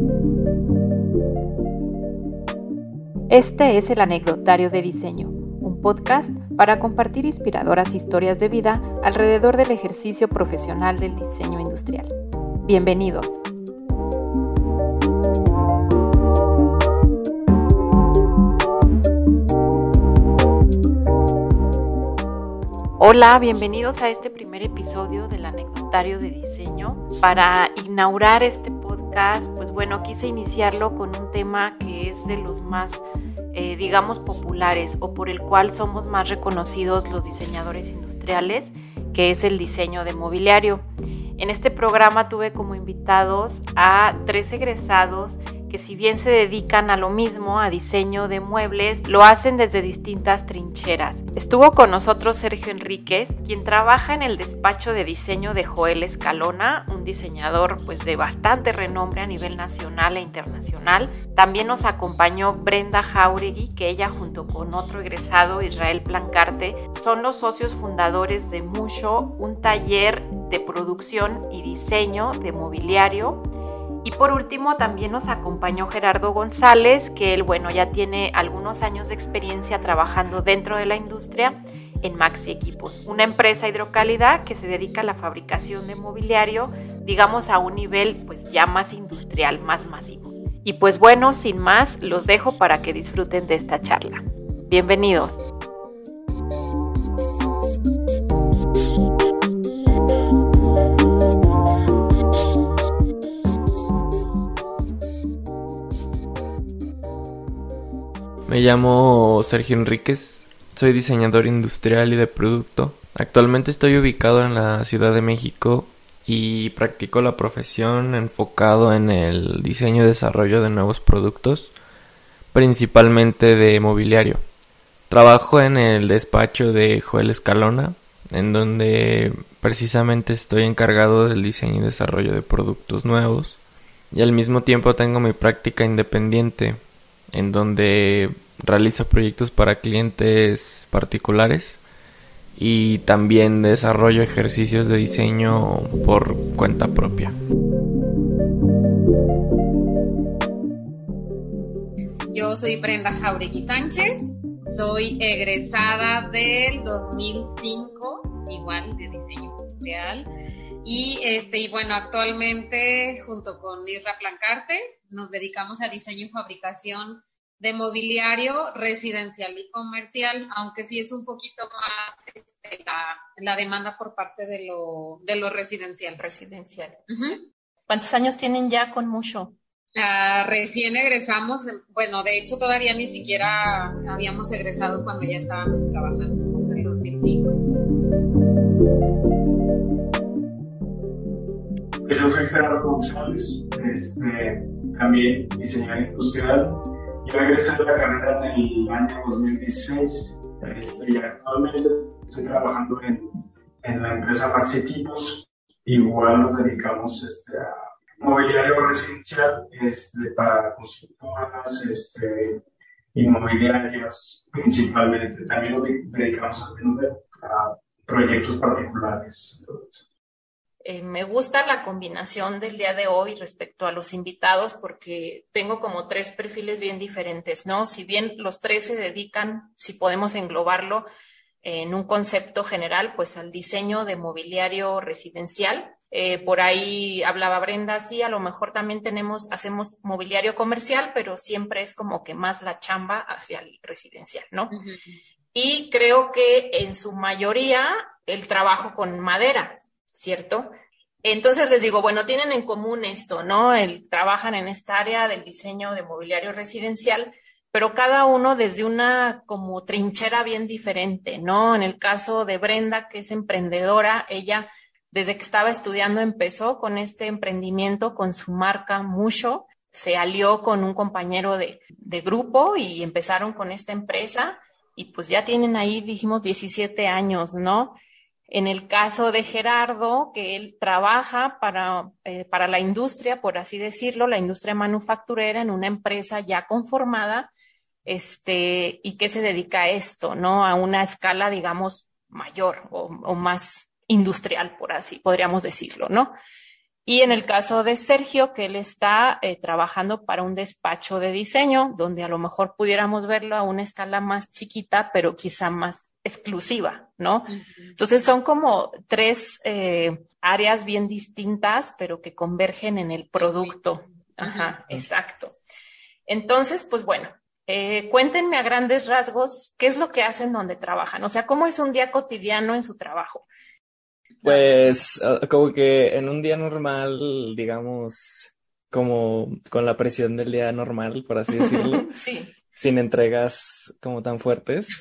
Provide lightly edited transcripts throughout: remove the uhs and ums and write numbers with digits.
Este es el Anecdotario de Diseño, un podcast para compartir inspiradoras historias de vida alrededor del ejercicio profesional del diseño industrial. Bienvenidos. Hola, bienvenidos a este primer episodio del Anecdotario de Diseño. Para inaugurar este podcast, pues bueno, quise iniciarlo con un tema que es de los más, populares o por el cual somos más reconocidos los diseñadores industriales, que es el diseño de mobiliario. En este programa tuve como invitados a 3 egresados que, si bien se dedican a lo mismo, a diseño de muebles, lo hacen desde distintas trincheras. Estuvo con nosotros Sergio Enríquez, quien trabaja en el despacho de diseño de Joel Escalona, un diseñador de bastante renombre a nivel nacional e internacional. También nos acompañó Brenda Jauregui, que ella, junto con otro egresado, Israel Plancarte, son los socios fundadores de Musho, un taller de producción y diseño de mobiliario. Y por último también nos acompañó Gerardo González, que él, ya tiene algunos años de experiencia trabajando dentro de la industria en Maxi Equipos, una empresa hidrocálida que se dedica a la fabricación de mobiliario, a un nivel ya más industrial, más masivo. Y sin más, los dejo para que disfruten de esta charla. Bienvenidos. Me llamo Sergio Enríquez, soy diseñador industrial y de producto. Actualmente estoy ubicado en la Ciudad de México y practico la profesión enfocado en el diseño y desarrollo de nuevos productos, principalmente de mobiliario. Trabajo en el despacho de Joel Escalona, en donde precisamente estoy encargado del diseño y desarrollo de productos nuevos, y al mismo tiempo tengo mi práctica independiente, en donde realizo proyectos para clientes particulares y también desarrollo ejercicios de diseño por cuenta propia. Yo soy Brenda Jauregui Sánchez, soy egresada del 2005, igual de diseño industrial. Y actualmente junto con Isra Plancarte nos dedicamos a diseño y fabricación de mobiliario residencial y comercial, aunque sí es un poquito más la demanda por parte de lo residencial. Uh-huh. ¿Cuántos años tienen ya con Musho? Recién egresamos, de hecho todavía ni siquiera habíamos egresado cuando ya estábamos trabajando, desde el 2005. Yo soy Gerardo González, también diseñador industrial. Yo egresé de la carrera en el año 2016 y actualmente estoy trabajando en la empresa Maxi Equipos. Igual nos dedicamos a mobiliario residencial para constructoras inmobiliarias principalmente. También nos dedicamos a proyectos particulares. Me gusta la combinación del día de hoy respecto a los invitados, porque tengo como 3 perfiles bien diferentes, ¿no? Si bien los 3 se dedican, si podemos englobarlo en un concepto general, al diseño de mobiliario residencial. Por ahí hablaba Brenda, sí, a lo mejor también hacemos mobiliario comercial, pero siempre es como que más la chamba hacia el residencial, ¿no? Uh-huh. Y creo que en su mayoría el trabajo con madera, ¿cierto? Entonces les digo, tienen en común esto, ¿no? Trabajan en esta área del diseño de mobiliario residencial, pero cada uno desde una como trinchera bien diferente, ¿no? En el caso de Brenda, que es emprendedora, ella desde que estaba estudiando empezó con este emprendimiento, con su marca Musho, se alió con un compañero de grupo y empezaron con esta empresa y ya tienen ahí, dijimos, 17 años, ¿no? En el caso de Gerardo, que él trabaja para la industria, por así decirlo, la industria manufacturera en una empresa ya conformada, y que se dedica a esto, ¿no? A una escala, digamos, mayor o más industrial, por así podríamos decirlo, ¿no? Y en el caso de Sergio, que él está trabajando para un despacho de diseño, donde a lo mejor pudiéramos verlo a una escala más chiquita, pero quizá más exclusiva, ¿no? Entonces son como tres áreas bien distintas, pero que convergen en el producto. Ajá, exacto. Entonces, pues bueno, cuéntenme a grandes rasgos qué es lo que hacen donde trabajan, o sea, cómo es un día cotidiano en su trabajo. Pues como que en un día normal, digamos, como con la presión del día normal, por así decirlo, Sí. sin entregas como tan fuertes,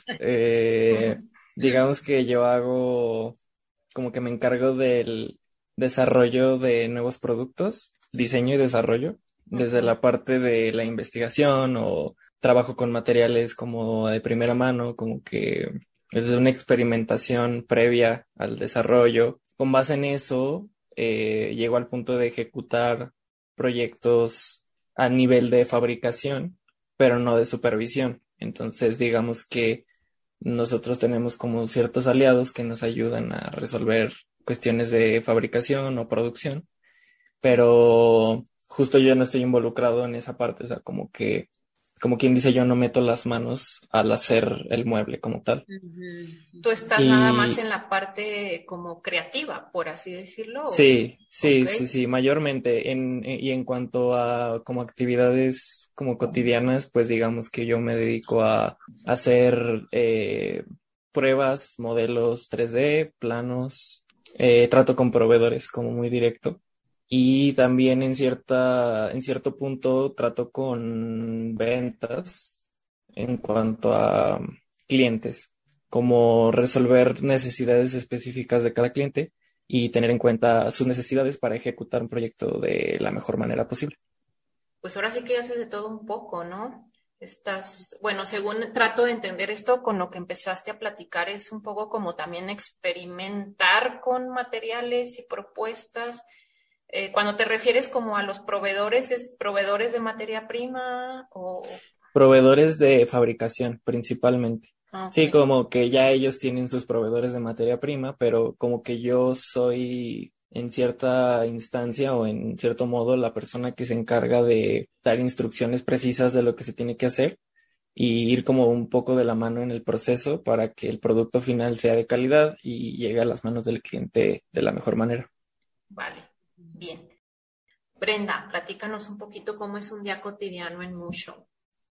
digamos que yo hago, como que me encargo del desarrollo de nuevos productos, diseño y desarrollo, desde la parte de la investigación o trabajo con materiales como de primera mano, como que desde una experimentación previa al desarrollo. Con base en eso, llego al punto de ejecutar proyectos a nivel de fabricación, pero no de supervisión. Entonces, digamos que nosotros tenemos como ciertos aliados que nos ayudan a resolver cuestiones de fabricación o producción, pero justo yo no estoy involucrado en esa parte, o sea, como quien dice, yo no meto las manos al hacer el mueble como tal. Tú estás nada más en la parte como creativa, por así decirlo. Sí, Okay. sí, mayormente. Y en cuanto a como actividades como cotidianas, pues digamos que yo me dedico a hacer pruebas, modelos 3D, planos, trato con proveedores como muy directo. Y también en cierto punto trato con ventas en cuanto a clientes, como resolver necesidades específicas de cada cliente y tener en cuenta sus necesidades para ejecutar un proyecto de la mejor manera posible. Pues ahora sí que haces de todo un poco, ¿no? Bueno, según trato de entender esto, con lo que empezaste a platicar, es un poco como también experimentar con materiales y propuestas. Cuando te refieres como a los proveedores, ¿es proveedores de materia prima o...? Proveedores de fabricación, principalmente. Okay. Sí, como que ya ellos tienen sus proveedores de materia prima, pero como que yo soy en cierta instancia o en cierto modo la persona que se encarga de dar instrucciones precisas de lo que se tiene que hacer y ir como un poco de la mano en el proceso para que el producto final sea de calidad y llegue a las manos del cliente de la mejor manera. Vale, bien. Brenda, platícanos un poquito cómo es un día cotidiano en Musho.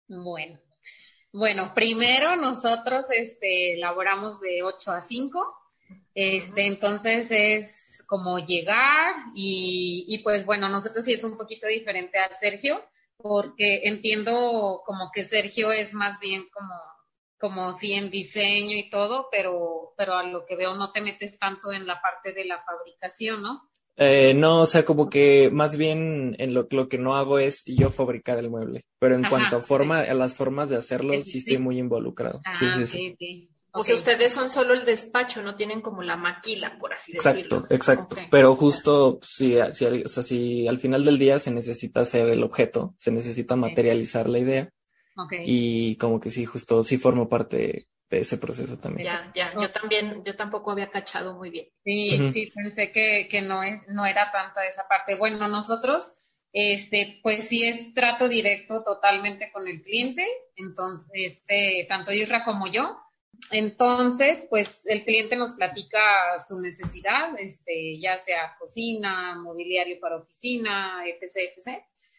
Bueno, primero nosotros laboramos de 8 a 5, entonces es como llegar y pues bueno, nosotros sí es un poquito diferente a Sergio, porque entiendo como que Sergio es más bien como sí en diseño y todo, pero a lo que veo no te metes tanto en la parte de la fabricación, ¿no? No, o sea, como que más bien en lo que no hago es yo fabricar el mueble, pero en cuanto a las formas de hacerlo, sí estoy muy involucrado. Sí. Okay. O sea, ustedes son solo el despacho, no tienen como la maquila, por así decirlo. Exacto. Okay. Pero justo si al final del día se necesita hacer el objeto, se necesita materializar la idea. Okay. Y como que sí, justo sí formo parte de ese proceso también. Ya. Yo tampoco había cachado muy bien. Sí, pensé que no era tanta esa parte. Bueno, nosotros, pues sí es trato directo totalmente con el cliente, entonces, tanto Isra como yo. Entonces, pues el cliente nos platica su necesidad, ya sea cocina, mobiliario para oficina, etc.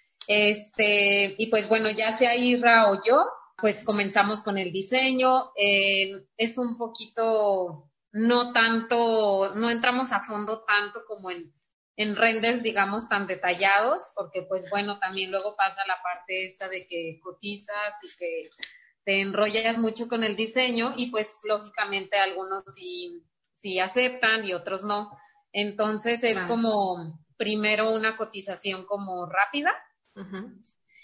Y pues bueno, ya sea Isra o yo, pues comenzamos con el diseño. Es un poquito, no entramos a fondo tanto como en renders, digamos, tan detallados, porque pues bueno, también luego pasa la parte esta de que cotizas y que te enrollas mucho con el diseño y pues lógicamente algunos sí aceptan y otros no. Entonces es como primero una cotización como rápida. Uh-huh.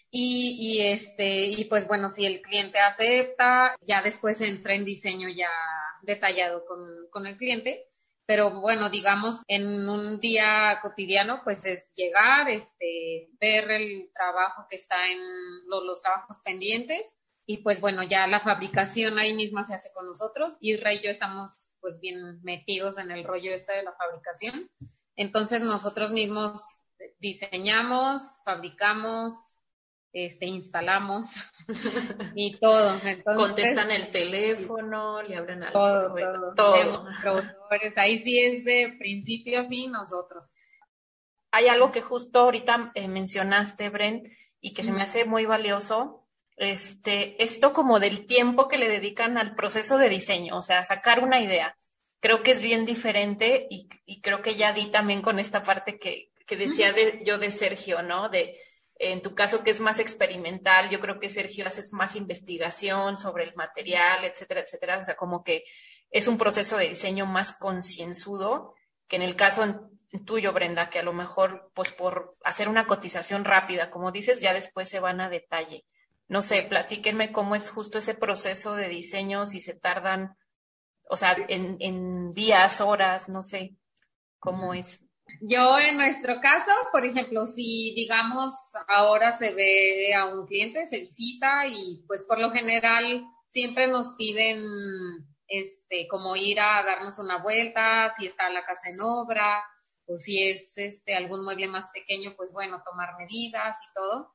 Y pues bueno, si el cliente acepta, ya después entra en diseño ya detallado con el cliente. Pero bueno, digamos, en un día cotidiano, pues es llegar, ver el trabajo que está en los trabajos pendientes. Y pues bueno, ya la fabricación ahí misma se hace con nosotros. Y Ray y yo estamos pues bien metidos en el rollo de la fabricación. Entonces nosotros mismos diseñamos, fabricamos, instalamos y todo. Entonces, contestan el teléfono, le abren al todo. todo. Proveedores, ahí sí es de principio a fin nosotros. Hay algo que justo ahorita mencionaste, Brent, y que se me hace muy valioso, esto como del tiempo que le dedican al proceso de diseño, o sea, sacar una idea. Creo que es bien diferente y creo que ya di también con esta parte que decía yo de Sergio, ¿no? En tu caso que es más experimental, yo creo que Sergio haces más investigación sobre el material, etcétera, etcétera. O sea, como que es un proceso de diseño más concienzudo que en el caso tuyo, Brenda, que a lo mejor, pues por hacer una cotización rápida, como dices, ya después se van a detalle. No sé, platíquenme cómo es justo ese proceso de diseño, si se tardan, o sea, en días, horas, no sé, cómo es. Yo en nuestro caso, por ejemplo, si digamos ahora se ve a un cliente, se visita y pues por lo general siempre nos piden como ir a darnos una vuelta, si está la casa en obra o si es algún mueble más pequeño, pues bueno, tomar medidas y todo.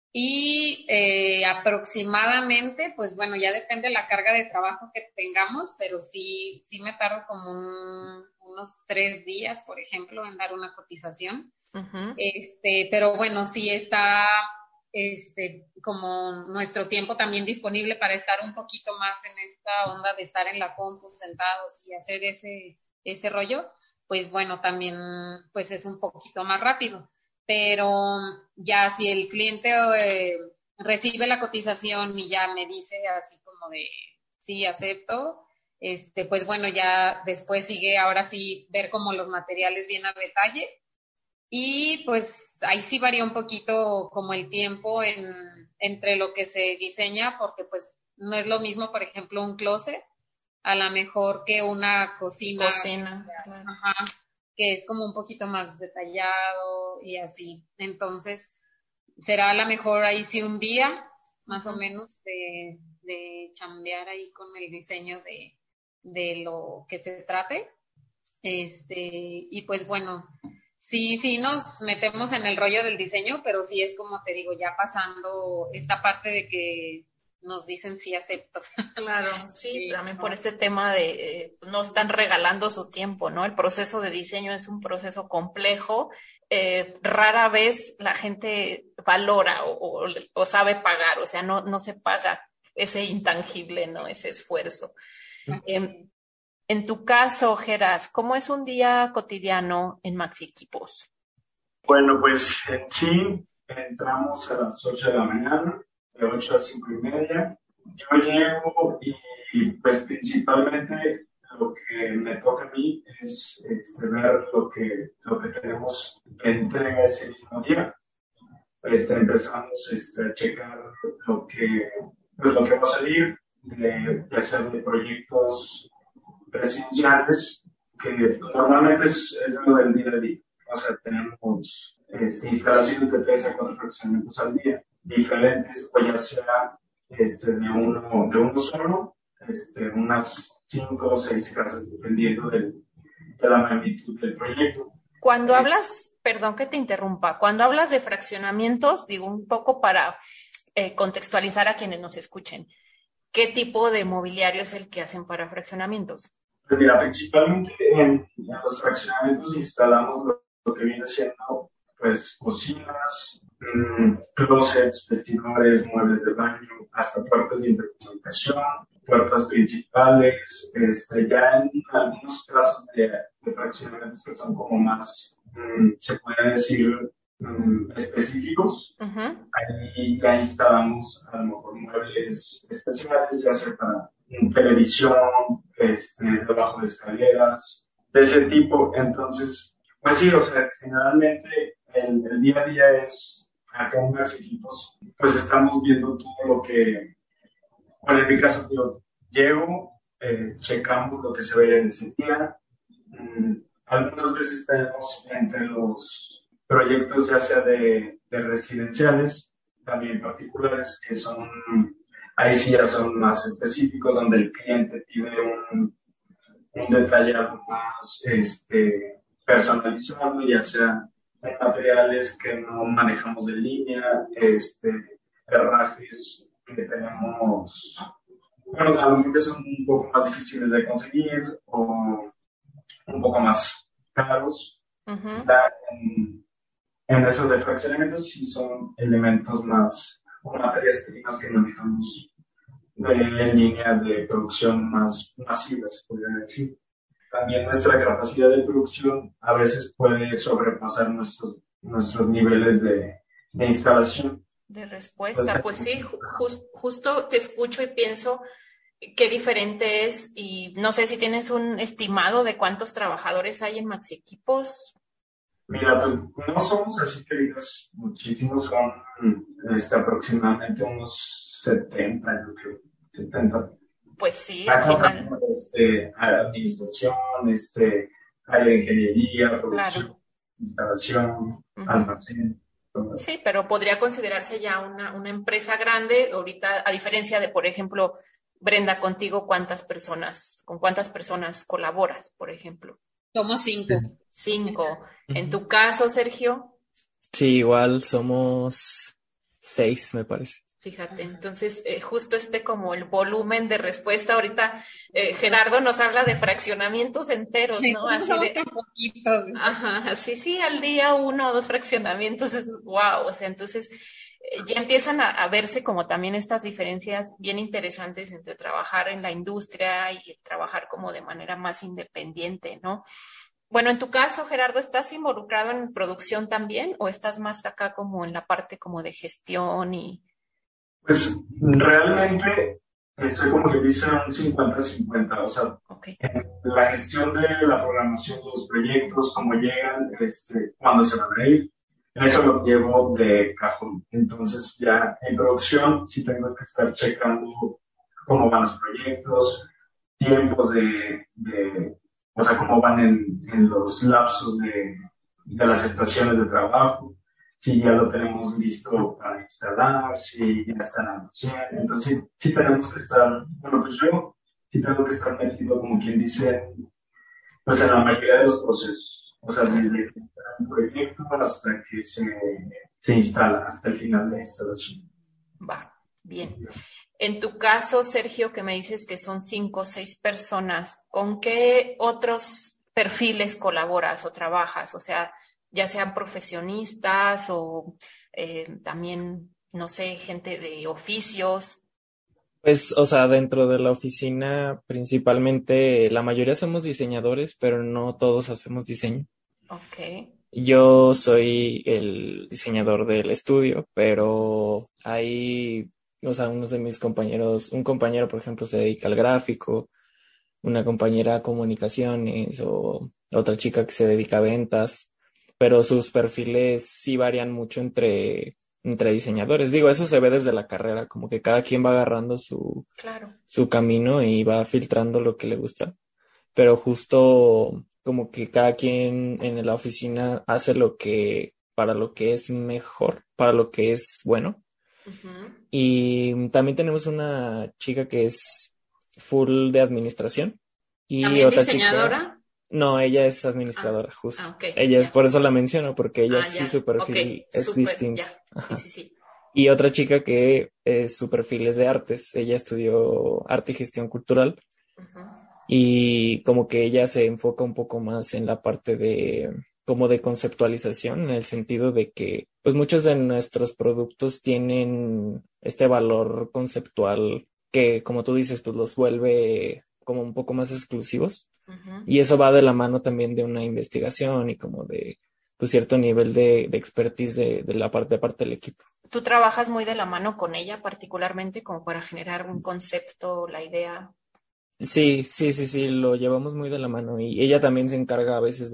Y aproximadamente, pues bueno, ya depende de la carga de trabajo que tengamos, pero sí me tardo como unos 3 días, por ejemplo, en dar una cotización. Uh-huh. Pero bueno, sí está como nuestro tiempo también disponible para estar un poquito más en esta onda de estar en la compu sentados y hacer ese rollo, pues bueno, también pues es un poquito más rápido. Pero ya si el cliente recibe la cotización y ya me dice así como de sí, acepto, pues bueno, ya después sigue ahora sí ver como los materiales bien a detalle y pues ahí sí varía un poquito como el tiempo entre lo que se diseña, porque pues no es lo mismo, por ejemplo, un closet a lo mejor que una cocina. Claro. Ajá, que es como un poquito más detallado y así. Entonces, será a lo mejor ahí sí un día, más o menos, de chambear ahí con el diseño de lo que se trate. Y pues bueno, sí nos metemos en el rollo del diseño, pero sí es como te digo, ya pasando esta parte de que nos dicen sí acepto. Claro, sí, también ¿no? por este tema de no están regalando su tiempo, ¿no? El proceso de diseño es un proceso complejo. Rara vez la gente valora o sabe pagar, o sea, no se paga ese intangible, ¿no? Ese esfuerzo. En tu caso, Geras, ¿cómo es un día cotidiano en Maxi Equipos? Bueno, pues en sí entramos a las 8 de la mañana, de 8 a 5:30. Yo llego y pues principalmente lo que me toca a mí es ver lo que tenemos de entrega ese mismo día. Empezamos a checar lo que va a salir, ya sea de proyectos presidenciales, que normalmente es lo del día a día. O sea, tenemos instalaciones de 3 a 4 fraccionamientos al día, diferentes, o ya sea de uno solo, unas 5 o 6 casas, dependiendo de la magnitud del proyecto. Cuando hablas, perdón que te interrumpa, cuando hablas de fraccionamientos, digo un poco para contextualizar a quienes nos escuchen, ¿qué tipo de mobiliario es el que hacen para fraccionamientos? Pues mira, principalmente en los fraccionamientos instalamos lo que viene siendo pues cocinas, closets, vestidores, muebles de baño, hasta puertas de intercomunicación, puertas principales, ya en algunos casos de fraccionamientos que son como más, se puede decir, específicos. Uh-huh. Ahí ya instalamos a lo mejor muebles especiales, ya sea para televisión, debajo de escaleras, de ese tipo. Entonces, pues sí, o sea, generalmente el día a día es, acá en los equipos, pues estamos viendo todo lo que, bueno, en mi caso yo llego, checamos lo que se ve en ese día. Algunas veces tenemos entre los proyectos ya sea de residenciales, también particulares, que son, ahí sí ya son más específicos, donde el cliente pide un detalle algo más personalizado, ya sea en materiales que no manejamos de línea, herrajes que tenemos, bueno, a lo mejor que son un poco más difíciles de conseguir o un poco más caros. Ujú. En esos de fraccionamientos sí son elementos más, o materias primas que manejamos de línea de producción más masiva, se podría decir. También nuestra capacidad de producción a veces puede sobrepasar nuestros niveles de instalación. De respuesta, pues sí, justo te escucho y pienso qué diferente es, y no sé si tienes un estimado de cuántos trabajadores hay en Maxi Equipos. Mira, pues no somos así que digas muchísimos, son aproximadamente unos 70, yo creo, 70. Pues sí, al final. Administración, área de ingeniería, producción, Claro. instalación, Ujú. almacén. Todo eso. Sí, pero podría considerarse ya una empresa grande. Ahorita, a diferencia de, por ejemplo, Brenda, contigo, ¿con cuántas personas colaboras, por ejemplo? Somos 5. 5. En tu caso, Sergio, Sí, igual somos 6, me parece. fíjate, entonces justo como el volumen de respuesta. Ahorita Gerardo nos habla de fraccionamientos enteros, ¿no? No Así somos de, tan poquitos. ajá, sí, al día 1 o 2 fraccionamientos, es wow. O sea, entonces ya empiezan a verse como también estas diferencias bien interesantes entre trabajar en la industria y trabajar como de manera más independiente, ¿no? Bueno, en tu caso, Gerardo, ¿estás involucrado en producción también o estás más acá como en la parte como de gestión y... Pues realmente estoy como que dice un 50-50, o sea, Ok. la gestión de la programación de los proyectos, cómo llegan, cuándo se van a ir, eso lo llevo de cajón. Entonces ya en producción sí tengo que estar checando cómo van los proyectos, tiempos o sea, cómo van en los lapsos de las estaciones de trabajo, si ya lo tenemos listo para instalar, si ya están anunciando. Entonces, sí tenemos que estar, bueno, pues yo sí tengo que estar metido, como quien dice, pues en la mayoría de los procesos. O sea, desde que está un proyecto hasta que se instala, hasta el final de la instalación. Va, bien. En tu caso, Sergio, que me dices que son 5 o 6 personas, ¿con qué otros perfiles colaboras o trabajas? O sea, ya sean profesionistas o también, no sé, gente de oficios. Pues, o sea, dentro de la oficina, principalmente, la mayoría somos diseñadores, pero no todos hacemos diseño. Ok. Yo soy el diseñador del estudio, pero hay, o sea, unos de mis compañeros, un compañero, por ejemplo, se dedica al gráfico, una compañera a comunicaciones o otra chica que se dedica a ventas, pero sus perfiles sí varían mucho entre diseñadores. Digo, eso se ve desde la carrera, como que cada quien va agarrando Claro. su camino y va filtrando lo que le gusta, pero justo como que cada quien en la oficina hace para lo que es mejor, para lo que es bueno. Ujú. Y también tenemos una chica que es full de administración y ¿También otra chica, diseñadora? no, ella es administradora, justo. Ok, Ella es, ya. por eso la menciono, porque ella sí Ya. su Ok, perfil es súper, distinto. ya. Ajá. Sí. Y otra chica que su perfil es de artes, ella estudió arte y gestión cultural. Ujú. Y como que ella se enfoca un poco más en la parte como de conceptualización, en el sentido de que pues muchos de nuestros productos tienen este valor conceptual que, como tú dices, pues los vuelve como un poco más exclusivos. Ujú. Y eso va de la mano también de una investigación y como de pues cierto nivel de expertise de la parte del equipo. ¿Tú trabajas muy de la mano con ella particularmente como para generar un concepto, la idea? Sí, lo llevamos muy de la mano y ella también se encarga a veces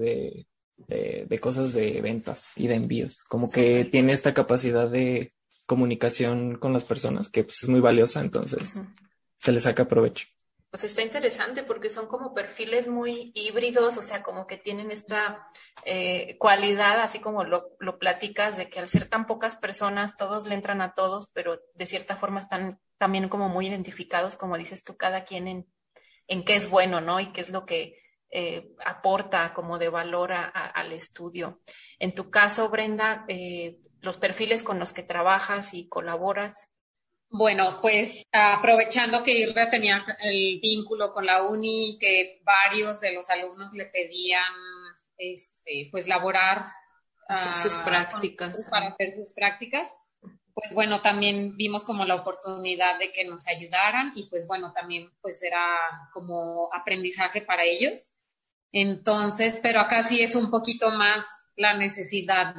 de cosas de ventas y de envíos, como que Súper. tiene esta capacidad de comunicación con las personas que pues es muy valiosa, entonces Ujú. se le saca provecho. Pues está interesante porque son como perfiles muy híbridos, o sea, como que tienen esta cualidad, así como lo platicas, de que al ser tan pocas personas, todos le entran a todos, pero de cierta forma están también como muy identificados, como dices tú, cada quien en qué es bueno, ¿no? Y qué es lo que aporta como de valor al estudio. En tu caso, Brenda, los perfiles con los que trabajas y colaboras. Bueno, pues aprovechando que Irra tenía el vínculo con la uni, que varios de los alumnos le pedían pues laborar sus prácticas. Para hacer sus prácticas, pues bueno, también vimos como la oportunidad de que nos ayudaran y pues bueno, también pues era como aprendizaje para ellos. Entonces, pero acá sí es un poquito más la necesidad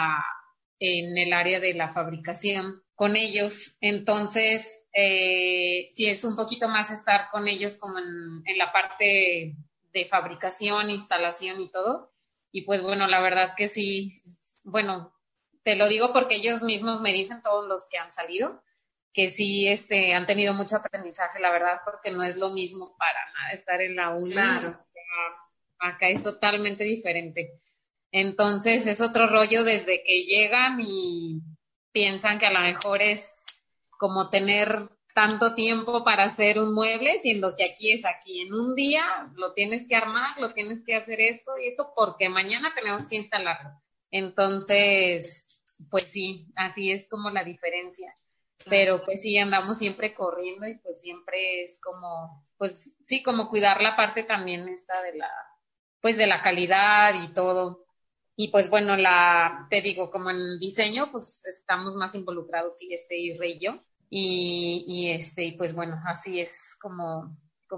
en el área de la fabricación con ellos. Entonces, sí es un poquito más estar con ellos como en la parte de fabricación, instalación y todo. Y pues bueno, la verdad que sí, bueno, te lo digo porque ellos mismos me dicen, todos los que han salido, que sí han tenido mucho aprendizaje, la verdad, porque no es lo mismo para nada estar en la uni. Claro. Acá es totalmente diferente. Entonces es otro rollo desde que llegan y piensan que a lo mejor es como tener tanto tiempo para hacer un mueble, siendo que aquí es aquí. En un día lo tienes que armar, lo tienes que hacer esto y esto, porque mañana tenemos que instalarlo. Entonces, pues sí, así es como la diferencia. Claro. Pero pues sí, andamos siempre corriendo y pues siempre es como, pues sí, como cuidar la parte también esta de la calidad y todo. Y pues bueno, te digo, como en diseño, pues estamos más involucrados, sí, Irra y yo. Y pues bueno, así es como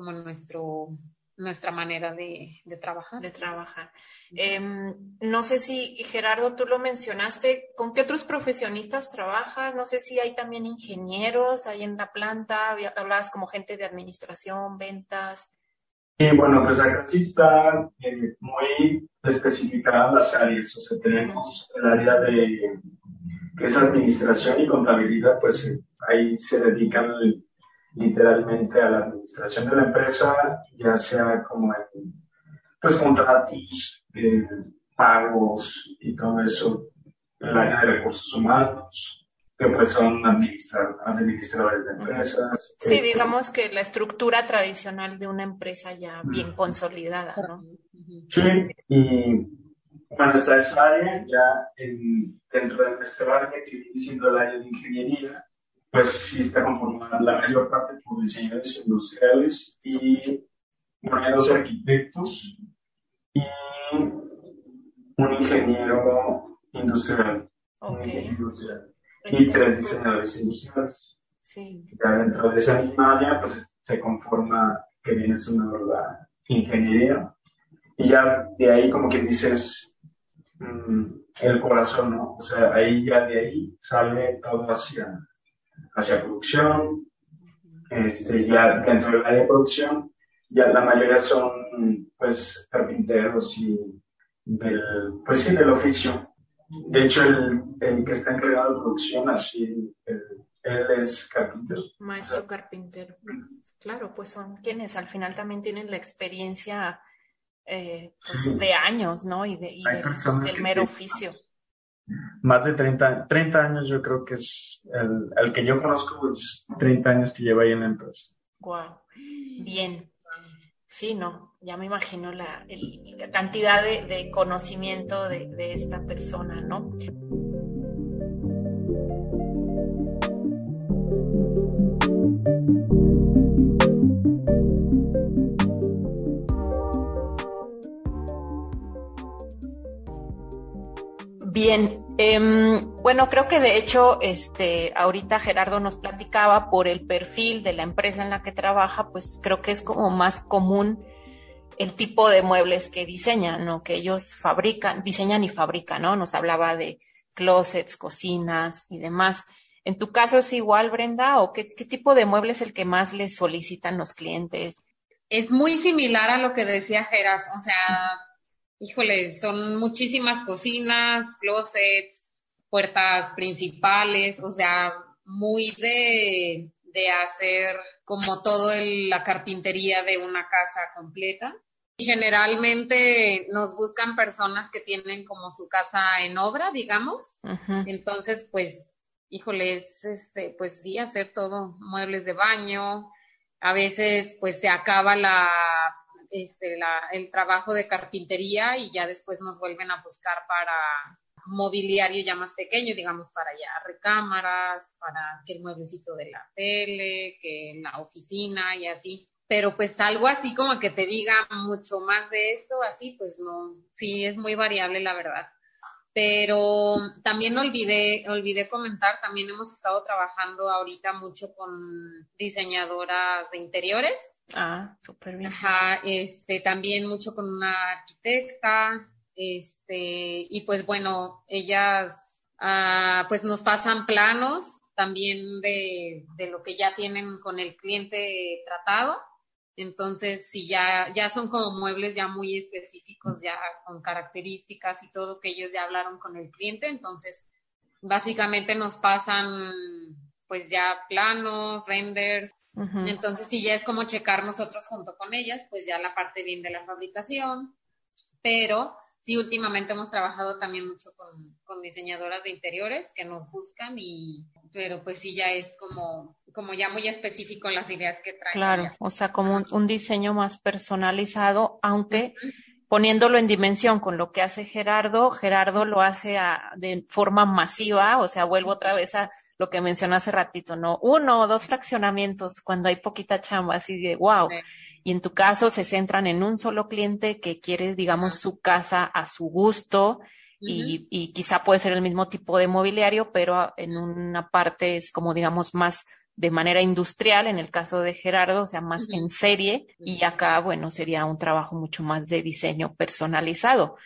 nuestra manera de trabajar. De trabajar. No sé si, Gerardo, tú lo mencionaste, ¿con qué otros profesionistas trabajas? No sé si hay también ingenieros ahí en la planta, hablabas como gente de administración, ventas. Y bueno, pues acá sí están muy especificadas las áreas, o sea, tenemos el área que es administración y contabilidad, pues ahí se dedican literalmente a la administración de la empresa, ya sea como en pues contratos, pagos y todo eso, el área de recursos humanos, que pues son administradores de empresas. Sí, digamos que la estructura tradicional de una empresa ya bien consolidada, ¿no? Sí, y bueno, está esa área ya dentro de nuestra área, que viene siendo el área de ingeniería, pues sí está conformada la mayor parte por diseñadores industriales y dos arquitectos y un ingeniero industrial. Okay. Y 3 diseñadores industriales. Sí. Ya dentro de esa misma área, pues se conforma que viene siendo la ingeniería. Y ya de ahí, como quien dices, el corazón, ¿no? O sea, ahí ya de ahí sale todo hacia producción. Ya dentro del área de producción, ya la mayoría son, pues, carpinteros y del oficio. De hecho, el que está encargado de producción, así, él es carpintero. Maestro carpintero. Claro, pues son quienes al final también tienen la experiencia pues, de años, ¿no? Y del mero oficio. Más de 30 años yo creo que es el que yo conozco, pues 30 años que lleva ahí en la empresa. Wow, bien. Sí, no, ya me imagino la cantidad de conocimiento de esta persona, ¿no? Bien, bueno, creo que de hecho, ahorita Gerardo nos platicaba por el perfil de la empresa en la que trabaja, pues creo que es como más común el tipo de muebles que diseñan, ¿no? Que ellos diseñan y fabrican, ¿no? Nos hablaba de closets, cocinas y demás. ¿En tu caso es igual, Brenda? ¿O qué tipo de mueble es el que más les solicitan los clientes? Es muy similar a lo que decía Geras, o sea, híjole, son muchísimas cocinas, closets, puertas principales, o sea, muy de hacer como todo la carpintería de una casa completa. Y generalmente nos buscan personas que tienen como su casa en obra, digamos. Uh-huh. Entonces, pues, híjole, pues sí, hacer todo, muebles de baño. A veces, pues, se acaba el trabajo de carpintería y ya después nos vuelven a buscar para mobiliario ya más pequeño, digamos, para ya recámaras, para que el mueblecito de la tele, que la oficina y así. Pero pues algo así como que te diga mucho más de esto, así pues no, sí es muy variable la verdad. Pero también olvidé comentar, también hemos estado trabajando ahorita mucho con diseñadoras de interiores. Ah, súper bien. Ajá, también mucho con una arquitecta, y pues bueno, ellas pues nos pasan planos también de lo que ya tienen con el cliente tratado. Entonces, si ya son como muebles ya muy específicos, ya con características y todo que ellos ya hablaron con el cliente, entonces básicamente nos pasan pues ya planos, renders. Uh-huh. Entonces, si ya es como checar nosotros junto con ellas, pues ya la parte bien de la fabricación, pero sí, últimamente hemos trabajado también mucho con diseñadoras de interiores que nos buscan pero pues sí ya es como ya muy específico las ideas que traen. Claro, allá. o sea, como un diseño más personalizado, aunque poniéndolo en dimensión con lo que hace Gerardo lo hace de forma masiva, o sea, vuelvo otra vez a lo que mencioné hace ratito, ¿no? 1 o 2 fraccionamientos cuando hay poquita chamba, así de wow. Y en tu caso se centran en un solo cliente que quiere, digamos, su casa a su gusto y quizá puede ser el mismo tipo de mobiliario, pero en una parte es como, digamos, más de manera industrial, en el caso de Gerardo, o sea, más en serie, y acá, bueno, sería un trabajo mucho más de diseño personalizado.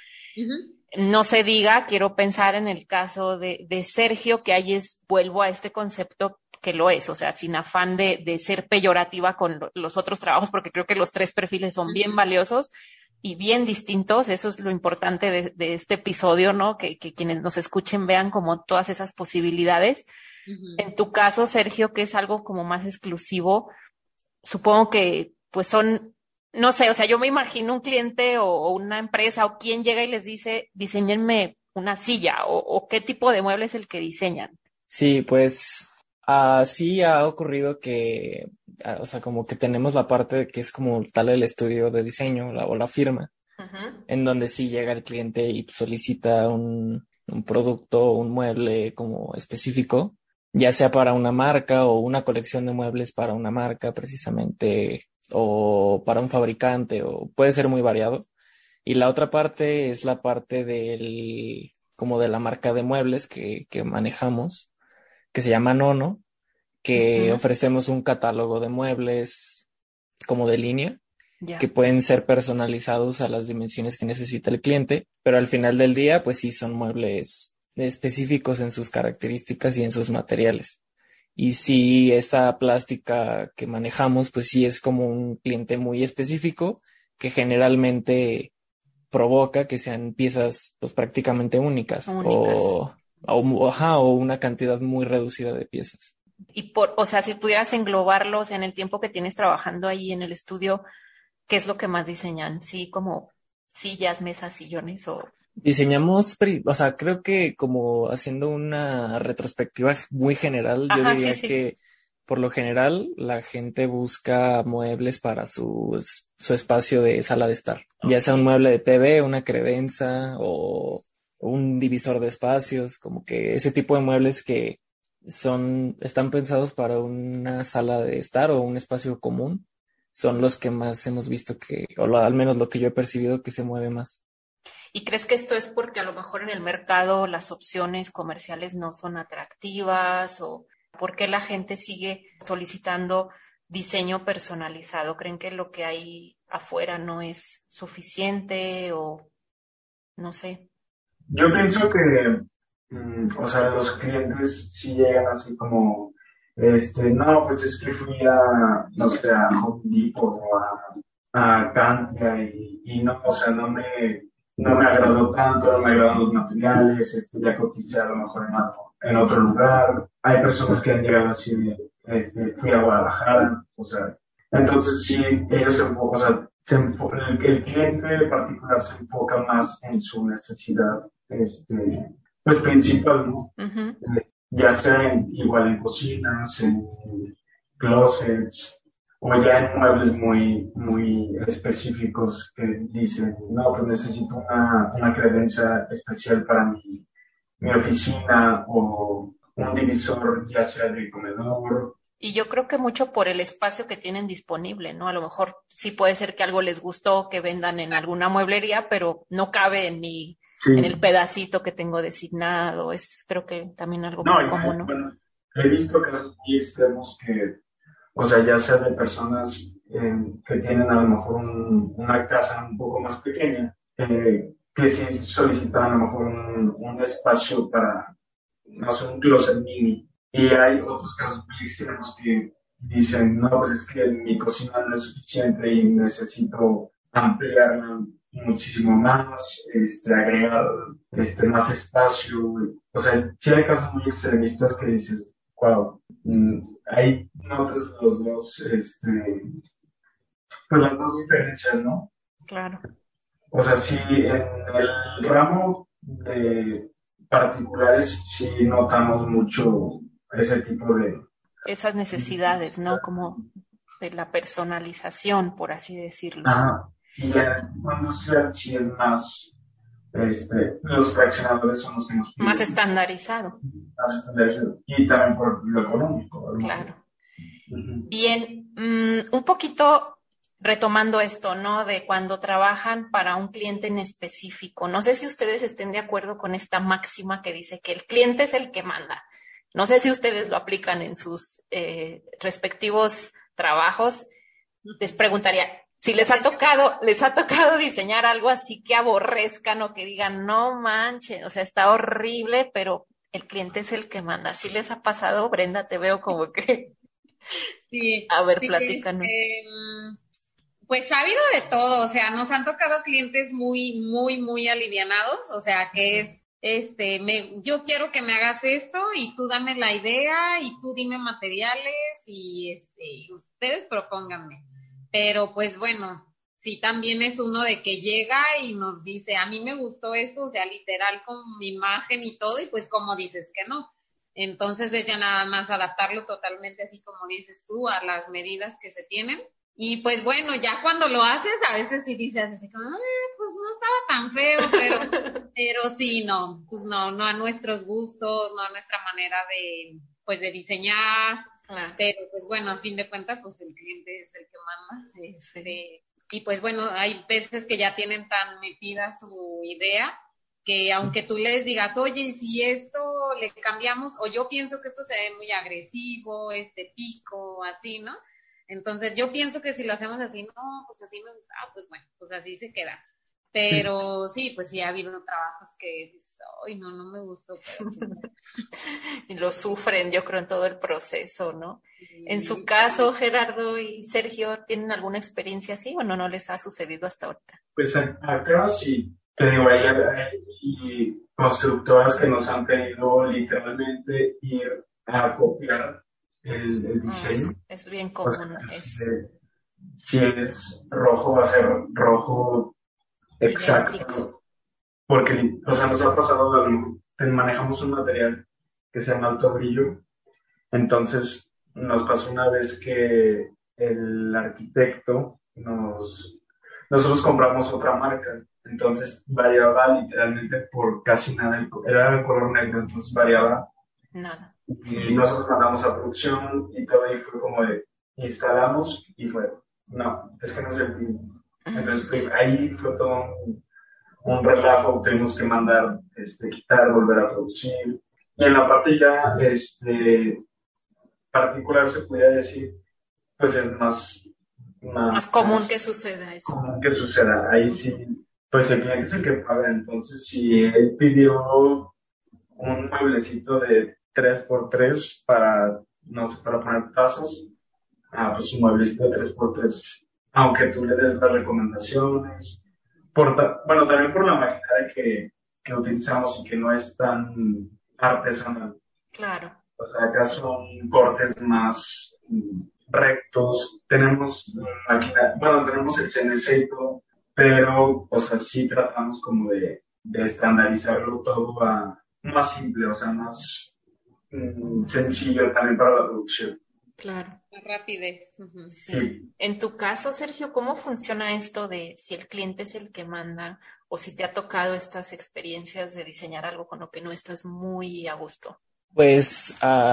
No se diga, quiero pensar en el caso de Sergio, que ahí vuelvo a este concepto que lo es, o sea, sin afán de ser peyorativa con los otros trabajos, porque creo que los 3 perfiles son bien valiosos y bien distintos, eso es lo importante de este episodio, ¿no? Que quienes nos escuchen vean como todas esas posibilidades. En tu caso, Sergio, que es algo como más exclusivo, supongo que pues son, no sé, o sea, yo me imagino un cliente o una empresa o quien llega y les dice, diseñenme una silla o qué tipo de mueble es el que diseñan. Sí, pues así ha ocurrido que, o sea, como que tenemos la parte que es como tal el estudio de diseño o la firma, en donde sí llega el cliente y solicita un producto, un mueble como específico, ya sea para una marca o una colección de muebles para una marca precisamente, o para un fabricante, o puede ser muy variado. Y la otra parte es la parte como de la marca de muebles que manejamos, que se llama Nono, que ofrecemos un catálogo de muebles como de línea, que pueden ser personalizados a las dimensiones que necesita el cliente, pero al final del día, pues sí son muebles específicos en sus características y en sus materiales. Y sí, esa plástica que manejamos, pues sí es como un cliente muy específico que generalmente provoca que sean piezas pues prácticamente únicas. O una cantidad muy reducida de piezas. Y o sea, si pudieras englobarlos en el tiempo que tienes trabajando ahí en el estudio, ¿qué es lo que más diseñan? Sí, como sillas, mesas, sillones o... Diseñamos, o sea, creo que como haciendo una retrospectiva muy general, yo diría que por lo general la gente busca muebles para su espacio de sala de estar, ya sea un mueble de TV, una credenza o un divisor de espacios, como que ese tipo de muebles que están pensados para una sala de estar o un espacio común, son los que más hemos visto al menos lo que yo he percibido que se mueve más. ¿Y crees que esto es porque a lo mejor en el mercado las opciones comerciales no son atractivas o por qué la gente sigue solicitando diseño personalizado? ¿Creen que lo que hay afuera no es suficiente o no sé? Yo pienso que, o sea, los clientes sí llegan así como, no, pues es que fui no sé, a Home Depot o a Cantia y no, o sea, no me agradó tanto, no me agradan los materiales, ya coticé a lo mejor en otro lugar. Hay personas que han llegado así, fui a Guadalajara, o sea, entonces sí, ellos se enfocan, o sea, el cliente particular se enfoca más en su necesidad, pues principal, ¿no? Ya sea igual en cocinas, en closets, o ya en muebles muy específicos que dicen, no, pues necesito una credencia especial para mi oficina o un divisor ya sea de comedor. Y yo creo que mucho por el espacio que tienen disponible, ¿no? A lo mejor sí puede ser que algo les gustó, que vendan en alguna mueblería, pero no cabe en Sí. en el pedacito que tengo designado. Es creo que también algo No, muy y, común, ¿no? bueno, he visto casos muy extremos que, o sea, ya sea de personas que tienen a lo mejor una casa un poco más pequeña, que sí solicitan a lo mejor un espacio para, no sé, un closet mini. Y hay otros casos muy extremos que dicen, no, pues es que mi cocina no es suficiente y necesito ampliarla muchísimo más, agregar más espacio. O sea, sí hay casos muy extremistas que dices, wow, hay notas los dos, pues las dos diferencias, ¿no? Claro. O sea, sí, en el ramo de particulares sí notamos mucho ese tipo de... Esas necesidades, ¿no? Como de la personalización, por así decirlo. Y en industrial sí es más, los fraccionadores son los que nos piden. Más estandarizado. Más estandarizado. Y también por lo económico. Claro. Uh-huh. Bien, un poquito retomando esto, ¿no? De cuando trabajan para un cliente en específico. No sé si ustedes estén de acuerdo con esta máxima que dice que el cliente es el que manda. No sé si ustedes lo aplican en sus respectivos trabajos. Les preguntaría si les ha tocado diseñar algo así que aborrezcan o que digan, no manches, o sea, está horrible, pero el cliente es el que manda. ¿Sí les ha pasado? Brenda, te veo como que... Sí. A ver, sí, platícanos. Pues ha habido de todo, o sea, nos han tocado clientes muy alivianados, o sea, que es, yo quiero que me hagas esto y tú dame la idea y tú dime materiales y ustedes propónganme. Pero pues bueno, sí también es uno de que llega y nos dice, a mí me gustó esto, o sea, literal con mi imagen y todo, y pues como dices que no. Entonces es ya nada más adaptarlo totalmente así como dices tú a las medidas que se tienen. Y pues bueno, ya cuando lo haces, a veces sí dices así como, pues no estaba tan feo, pero sí, no, pues no a nuestros gustos, no a nuestra manera de diseñar, pero pues bueno, a fin de cuentas, pues el cliente es el que manda, Sí. Y pues bueno, hay veces que ya tienen tan metida su idea, que aunque tú les digas, oye, si esto le cambiamos, o yo pienso que esto se ve muy agresivo, pico, así, ¿no? Entonces yo pienso que si lo hacemos así, no, pues así me gusta, pues bueno, pues así se queda. Pero sí, pues sí ha habido trabajos que dices, ay, no me gustó. Pero... Y lo sufren, yo creo, en todo el proceso, ¿no? Sí. En su caso, Gerardo y Sergio, ¿tienen alguna experiencia así o no les ha sucedido hasta ahorita? Pues acá sí, te digo, hay constructoras que nos han pedido literalmente ir a copiar el diseño. Es bien común. Si es rojo, va a ser rojo exacto. Idéntico. Porque, o sea, nos ha pasado, manejamos un material que se llama alto brillo. Entonces, nos pasó una vez que el arquitecto nosotros compramos otra marca. Entonces, variaba literalmente por casi nada. Era el color negro, entonces variaba. Nada. Y nosotros mandamos a producción y todo, y fue como de, instalamos y fue, no, es que no es el mismo. Entonces ahí fue todo un relajo, tuvimos que mandar, quitar, volver a producir. Y en la parte ya, particular se podría decir, pues es más común que suceda eso. Común que suceda, ahí sí, pues el cliente es el que paga. Entonces si él pidió un mueblecito de 3x3 para, no sé, para poner tazas, pues un mueblecito de 3x3, aunque tú le des las recomendaciones, bueno, también por la maquinaria que utilizamos y que no es tan artesanal. Claro. O sea, acá son cortes más rectos, tenemos máquina, bueno, tenemos el CNC y todo, pero, o sea, sí tratamos como de estandarizarlo todo a más simple, o sea, más sencillo también para la producción. Claro. La rapidez. Sí. En tu caso, Sergio, ¿cómo funciona esto de si el cliente es el que manda o si te ha tocado estas experiencias de diseñar algo con lo que no estás muy a gusto? Pues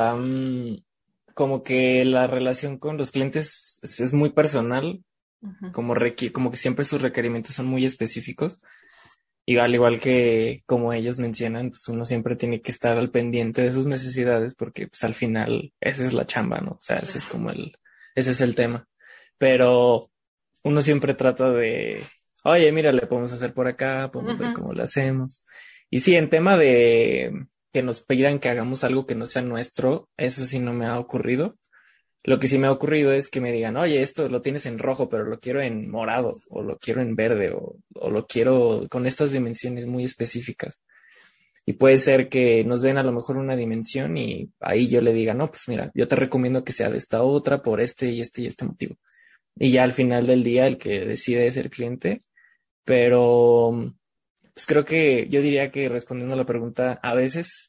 como que la relación con los clientes es muy personal, como que siempre sus requerimientos son muy específicos. Y al igual que como ellos mencionan, pues uno siempre tiene que estar al pendiente de sus necesidades porque pues al final esa es la chamba, ¿no? O sea, ese es como ese es el tema. Pero uno siempre trata de, oye, mira, le podemos hacer por acá, podemos ver cómo lo hacemos. Y sí, en tema de que nos pidan que hagamos algo que no sea nuestro, eso sí no me ha ocurrido. Lo que sí me ha ocurrido es que me digan, oye, esto lo tienes en rojo, pero lo quiero en morado, o lo quiero en verde, o lo quiero con estas dimensiones muy específicas. Y puede ser que nos den a lo mejor una dimensión y ahí yo le diga, no, pues mira, yo te recomiendo que sea de esta otra por este y este y este motivo. Y ya al final del día el que decide es el cliente, pero pues creo que yo diría que respondiendo a la pregunta, a veces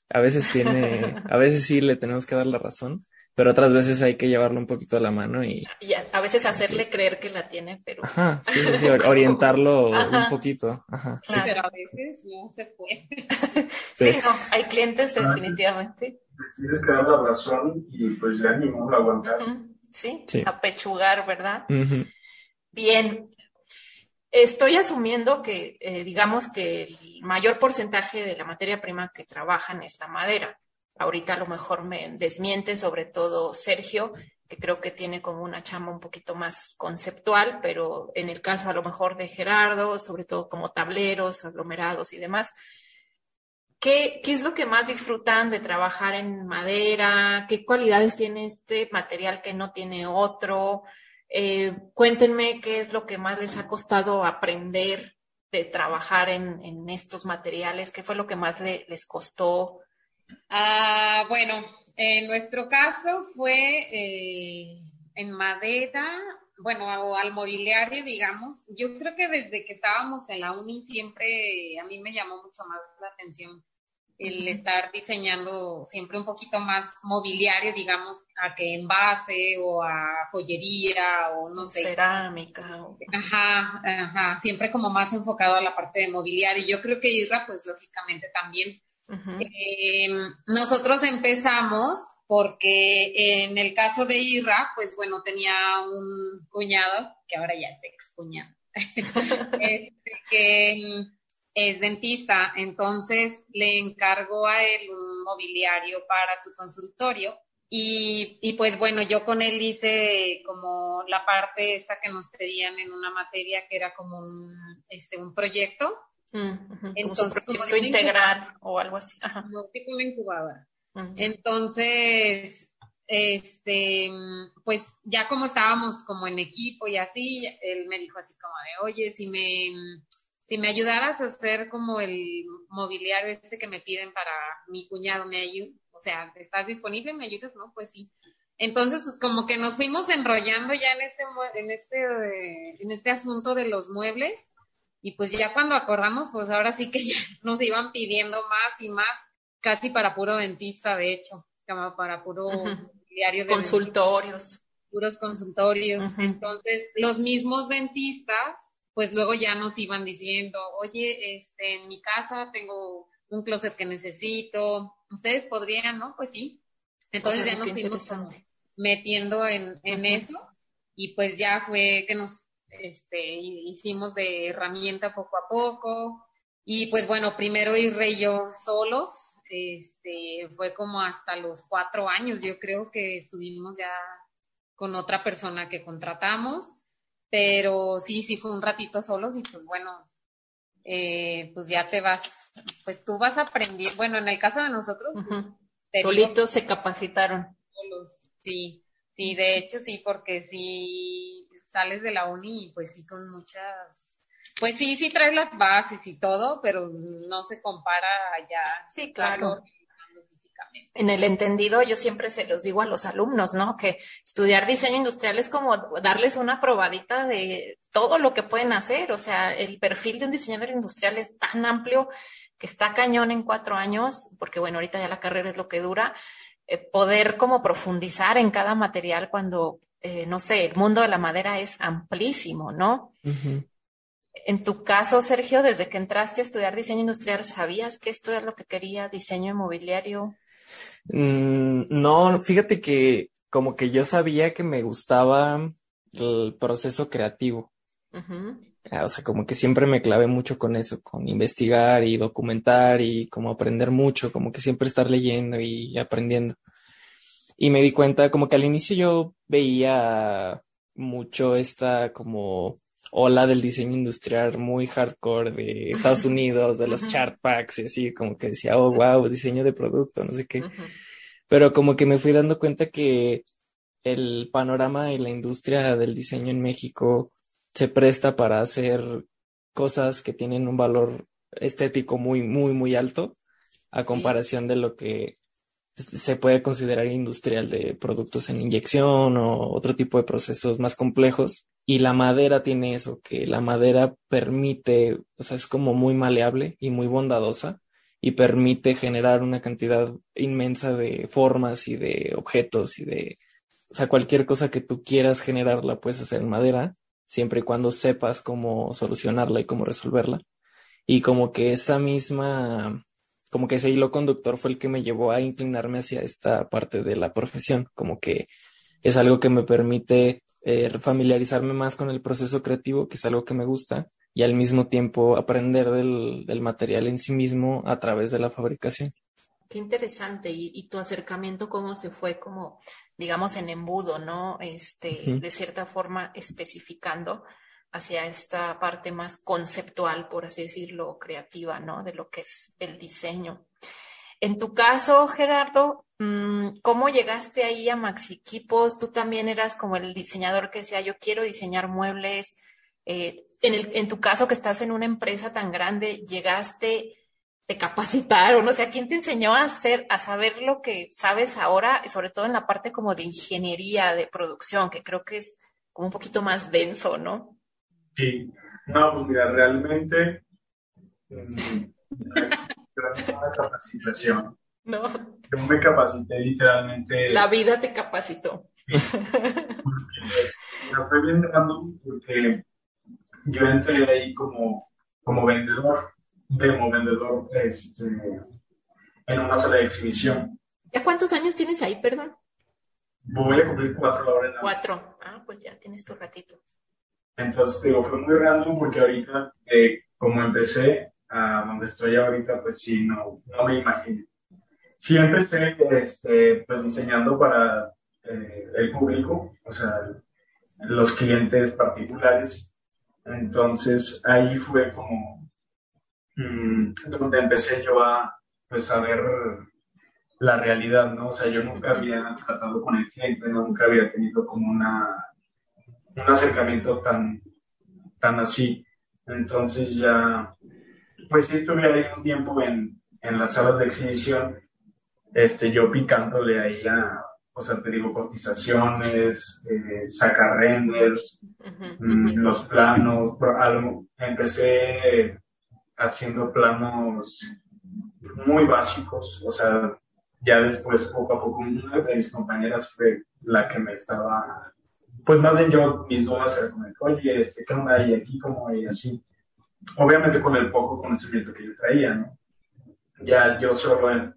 a veces sí le tenemos que dar la razón, pero otras veces hay que llevarlo un poquito a la mano y a veces hacerle creer que la tiene, pero... Ajá, sí, orientarlo un poquito. Ajá, sí, pero a veces no se puede. Sí, no, hay clientes definitivamente. Pues tienes que dar la razón y pues ya ni modo aguantar. Sí, apechugar, ¿verdad? Uh-huh. Bien. Estoy asumiendo que, digamos que el mayor porcentaje de la materia prima que trabajan es la madera. Ahorita a lo mejor me desmiente, sobre todo Sergio, que creo que tiene como una chamba un poquito más conceptual, pero en el caso a lo mejor de Gerardo, sobre todo como tableros, aglomerados y demás. ¿Qué es lo que más disfrutan de trabajar en madera? ¿Qué cualidades tiene este material que no tiene otro? Cuéntenme qué es lo que más les ha costado aprender de trabajar en estos materiales, qué fue lo que más les costó. Bueno, en nuestro caso fue en madera, bueno, o al mobiliario, digamos. Yo creo que desde que estábamos en la uni siempre a mí me llamó mucho más la atención el estar diseñando siempre un poquito más mobiliario, digamos, a que envase o a joyería o no sé. Cerámica. Ajá, siempre como más enfocado a la parte de mobiliario. Yo creo que Isra, pues lógicamente también. Nosotros empezamos porque en el caso de Isra, pues bueno, tenía un cuñado, que ahora ya es ex cuñado, que es dentista, entonces le encargó a él un mobiliario para su consultorio y pues bueno, yo con él hice como la parte esta que nos pedían en una materia que era como un proyecto. Entonces, como de integral o algo así. Como tipo una incubadora. Entonces, pues ya como estábamos como en equipo y así, él me dijo así como de, oye, si me ayudaras a hacer como el mobiliario que me piden para mi cuñado, o sea, ¿estás disponible? ¿Me ayudas? No, pues sí. Entonces, como que nos fuimos enrollando ya en este asunto de los muebles. Y pues ya cuando acordamos, pues ahora sí que ya nos iban pidiendo más y más, casi para puro dentista, de hecho, como para puro diario de consultorios. Dentista, puros consultorios. Entonces, los mismos dentistas, pues luego ya nos iban diciendo, oye, en mi casa tengo un closet que necesito, ustedes podrían, ¿no? Pues sí. Entonces ya nos fuimos metiendo en eso y pues ya fue que nos hicimos de herramienta poco a poco y pues bueno, primero Isra y yo solos, fue como hasta los 4 años, yo creo que estuvimos ya con otra persona que contratamos, pero sí fue un ratito solos y pues bueno, pues ya pues tú vas a aprender, bueno, en el caso de nosotros, pues, solitos se capacitaron. Solos, sí, de hecho sí, porque sí sales de la uni y pues sí con muchas, pues sí traes las bases y todo, pero no se compara allá. Sí, claro. En el entendido, yo siempre se los digo a los alumnos, ¿no? Que estudiar diseño industrial es como darles una probadita de todo lo que pueden hacer. O sea, el perfil de un diseñador industrial es tan amplio que está cañón en 4 años, porque bueno, ahorita ya la carrera es lo que dura, poder como profundizar en cada material cuando, no sé, el mundo de la madera es amplísimo, ¿no? Ujú. En tu caso, Sergio, desde que entraste a estudiar diseño industrial, ¿sabías que esto era lo que querías, diseño inmobiliario? No, fíjate que como que yo sabía que me gustaba el proceso creativo. Ujú. O sea, como que siempre me clavé mucho con eso, con investigar y documentar y como aprender mucho, como que siempre estar leyendo y aprendiendo. Y me di cuenta, como que al inicio yo veía mucho esta como ola del diseño industrial muy hardcore de Estados Unidos, de los Ujú, chart packs y así, como que decía, oh, wow, diseño de producto, no sé qué. ujú. Pero como que me fui dando cuenta que el panorama y la industria del diseño en México se presta para hacer cosas que tienen un valor estético muy, muy, muy alto a Sí, comparación de lo que se puede considerar industrial de productos en inyección o otro tipo de procesos más complejos. Y la madera tiene eso, que la madera permite, o sea, es como muy maleable y muy bondadosa y permite generar una cantidad inmensa de formas y de objetos y de, o sea, cualquier cosa que tú quieras generar la puedes hacer en madera, siempre y cuando sepas cómo solucionarla y cómo resolverla. Y como que esa misma, como que ese hilo conductor fue el que me llevó a inclinarme hacia esta parte de la profesión, como que es algo que me permite familiarizarme más con el proceso creativo, que es algo que me gusta, y al mismo tiempo aprender del material en sí mismo a través de la fabricación. qué interesante. Y tu acercamiento, cómo se fue como, digamos, en embudo, ¿no? Ujú. De cierta forma especificando hacia esta parte más conceptual, por así decirlo, creativa, ¿no? De lo que es el diseño. En tu caso, Gerardo, ¿cómo llegaste ahí a Maxi Equipos? Tú también eras como el diseñador que decía, yo quiero diseñar muebles. En tu caso, que estás en una empresa tan grande, llegaste, te capacitaron, o sea, ¿quién te enseñó a hacer, a saber lo que sabes ahora, y sobre todo en la parte como de ingeniería de producción, que creo que es como un poquito más denso, ¿no? Sí, no, pues mira, realmente no existió ninguna capacitación. No, Yo me capacité la literalmente, vida te capacitó. sí, porque me fue bien random porque yo entré ahí como vendedor, demo vendedor, en una sala de exhibición. ¿Ya cuántos años tienes ahí, perdón? Voy a cumplir 4 horas en abril. 4. Ah, pues ya tienes tu ratito. Entonces, te digo, fue muy random porque ahorita, como empecé a donde estoy ahorita, pues sí, no me imagino. Sí empecé, pues diseñando para el público, o sea, los clientes particulares. Entonces, ahí fue como donde empecé yo pues, a ver la realidad, ¿no? O sea, yo nunca Ujú. había tratado con el cliente, nunca había tenido como un acercamiento tan así. Entonces ya, pues sí estuve ahí un tiempo en las salas de exhibición, yo picándole ahí o sea, te digo, cotizaciones, sacar renders, Ujú, ujú. los planos, empecé haciendo planos muy básicos, o sea, ya después, poco a poco, una de mis compañeras fue la que me estaba, pues más bien yo, mis dudas era como, oye, ¿qué onda? Y aquí como, y así. Obviamente con el poco conocimiento que yo traía, ¿no? Ya yo solo,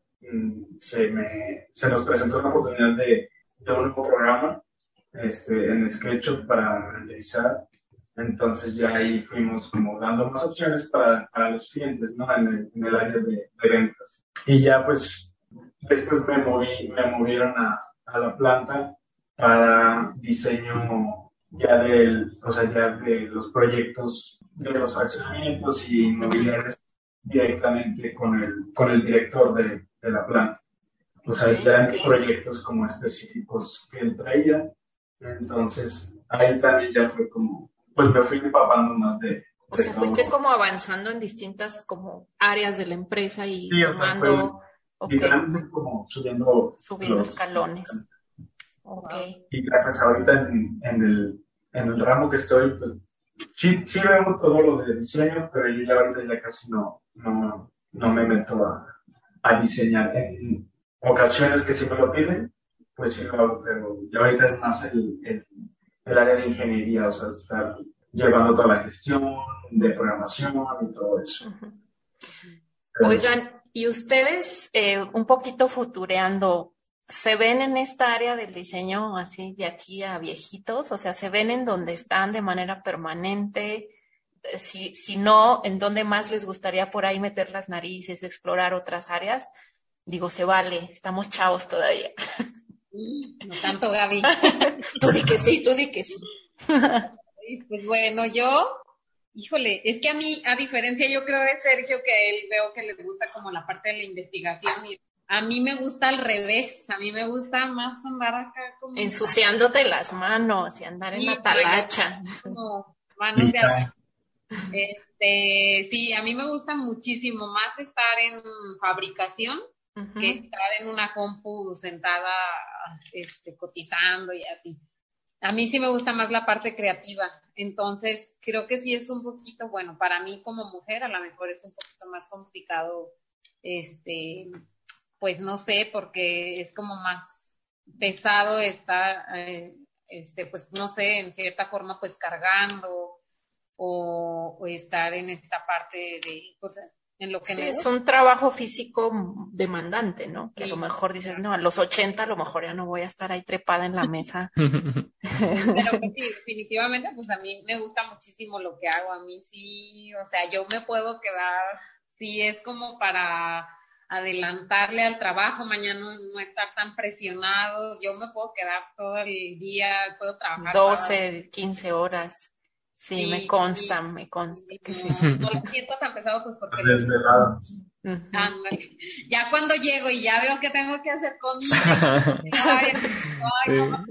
se nos presentó una oportunidad de un nuevo programa, en SketchUp para renderizar. Entonces ya ahí fuimos como dando más opciones para los clientes, ¿no? En el área de ventas. Y ya pues después me movieron a la planta para diseño o sea, ya de los proyectos de los fraccionamientos y inmobiliarios directamente con el director de la planta. O Ok, sea, ya eran proyectos como específicos que él traía. Entonces, ahí también ya fue como, pues me fui empapando más o de sea, todo. fuiste como avanzando en distintas como áreas de la empresa y Sí, o sea, fue tomando, ok, literalmente como subiendo subiendo los. escalones. Ok. Y gracias ahorita en el ramo que estoy, pues sí veo todo lo de diseño, pero yo ya ahorita ya casi no me meto a diseñar. ocasiones que sí me lo piden, pues sí lo hago, pero ya ahorita es más el área de ingeniería, o sea, estar llevando toda la gestión de programación y todo eso. Ujú. Pero Oigan, y ustedes, un poquito futureando, ¿se ven en esta área del diseño así de aquí a viejitos? O sea, ¿se ven en donde están de manera permanente? Si no, ¿en dónde más les gustaría por ahí meter las narices, explorar otras áreas? Digo, se vale, estamos chavos todavía. No tanto, Gaby. Tú di que sí, tú di que sí. Y pues bueno, híjole, es que a mí, a diferencia yo creo de Sergio, que a él veo que le gusta como la parte de la investigación, y a mí me gusta al revés, a mí me gusta más andar acá como Ensuciándote las manos y andar en la talacha. como manos de albañil. Sí, a mí me gusta muchísimo más estar en fabricación que estar en una compu sentada, cotizando y así. A mí sí me gusta más la parte creativa, entonces creo que sí es un poquito, bueno, para mí como mujer a lo mejor es un poquito más complicado, pues no sé, porque es como más pesado estar, pues no sé, en cierta forma pues cargando o estar en esta parte de, pues en lo que Sí, me es gusta. un trabajo físico demandante, ¿no? Que a lo Sí. mejor dices, no, a los 80 a lo mejor ya no voy a estar ahí trepada en la mesa. Pero pues sí, definitivamente, pues a mí me gusta muchísimo lo que hago. A mí sí, o sea, yo me puedo quedar, sí es como para adelantarle al trabajo, mañana no estar tan presionado. Yo me puedo quedar todo el día, puedo trabajar sábado. 12, 15 horas. Sí, me Sí, consta que sí. no lo siento tan pesado, pues porque desvelado. Ujú. ándale. Ya cuando llego y ya veo que tengo que hacer comida, ay, no,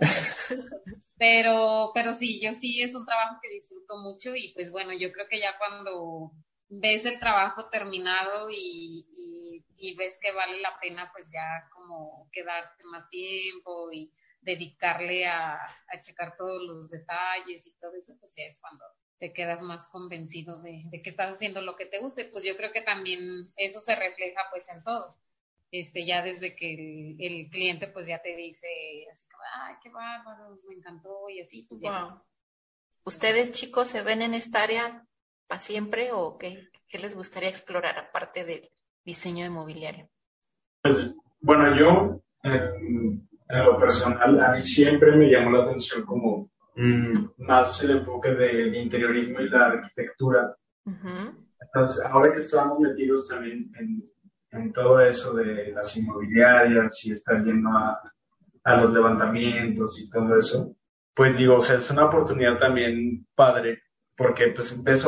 pero sí, yo sí es un trabajo que disfruto mucho y pues bueno, yo creo que ya cuando ves el trabajo terminado y ves que vale la pena, pues ya como quedarte más tiempo y dedicarle a checar todos los detalles y todo eso, pues ya es cuando te quedas más convencido de que estás haciendo lo que te guste. Pues yo creo que también eso se refleja pues en todo. Ya desde que el cliente pues ya te dice así como, ay, qué bárbaro, me encantó y así, pues ya. Wow. ¿Ustedes, chicos, se ven en esta área para siempre o qué les gustaría explorar aparte del diseño de mobiliario? Pues, bueno, yo, en lo personal, a mí siempre me llamó la atención como más el enfoque del interiorismo y la arquitectura. Ujú. Entonces, ahora que estamos metidos también en todo eso de las inmobiliarias y estar yendo a los levantamientos y todo eso, pues digo, o sea, es una oportunidad también padre, porque pues ves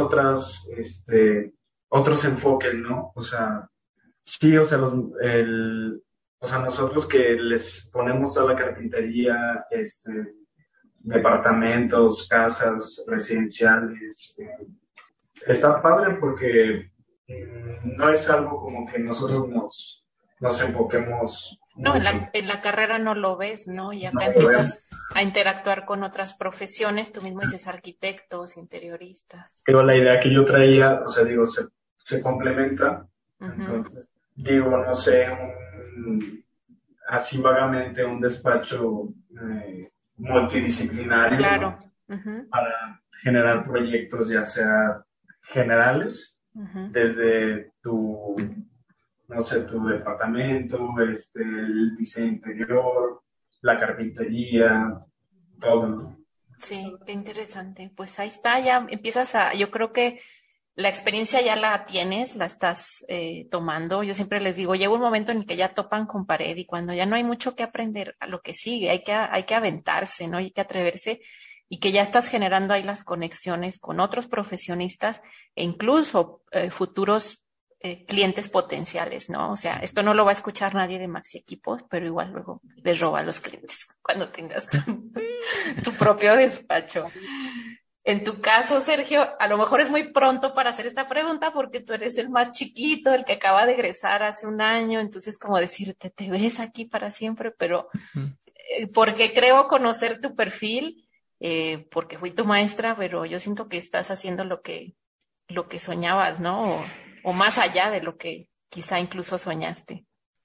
otros enfoques, ¿no? O sea, sí, o sea, o sea, nosotros que les ponemos toda la carpintería, departamentos, casas residenciales, está padre porque no es algo como que nosotros nos enfoquemos No, mucho. en la carrera no lo ves, ¿no? Y acá No lo empiezas a interactuar con otras profesiones, tú mismo dices arquitectos, interioristas. Digo, la idea que yo traía, o sea, digo, se complementa. Ujú. Entonces, digo, no sé, así vagamente un despacho multidisciplinario, Claro. ¿no? Ujú, Para generar proyectos ya sea generales, ujú. desde no sé, tu departamento, el diseño interior, la carpintería, todo, ¿no? Sí, qué interesante. Pues ahí está, ya empiezas yo creo que la experiencia ya la tienes, la estás tomando. Yo siempre les digo, llega un momento en el que ya topan con pared y cuando ya no hay mucho que aprender a lo que sigue, hay que aventarse, ¿no? Hay que atreverse y que ya estás generando ahí las conexiones con otros profesionistas e incluso futuros clientes potenciales, ¿no? O sea, esto no lo va a escuchar nadie de Maxi Equipos, pero igual luego les roba a los clientes cuando tengas tu propio despacho. En tu caso, Sergio, a lo mejor es muy pronto para hacer esta pregunta porque tú eres el más chiquito, el que acaba de egresar hace un año, entonces como decirte, te ves aquí para siempre, pero porque creo conocer tu perfil, porque fui tu maestra, pero yo siento que estás haciendo lo que soñabas, ¿no? O más allá de lo que quizá incluso soñaste.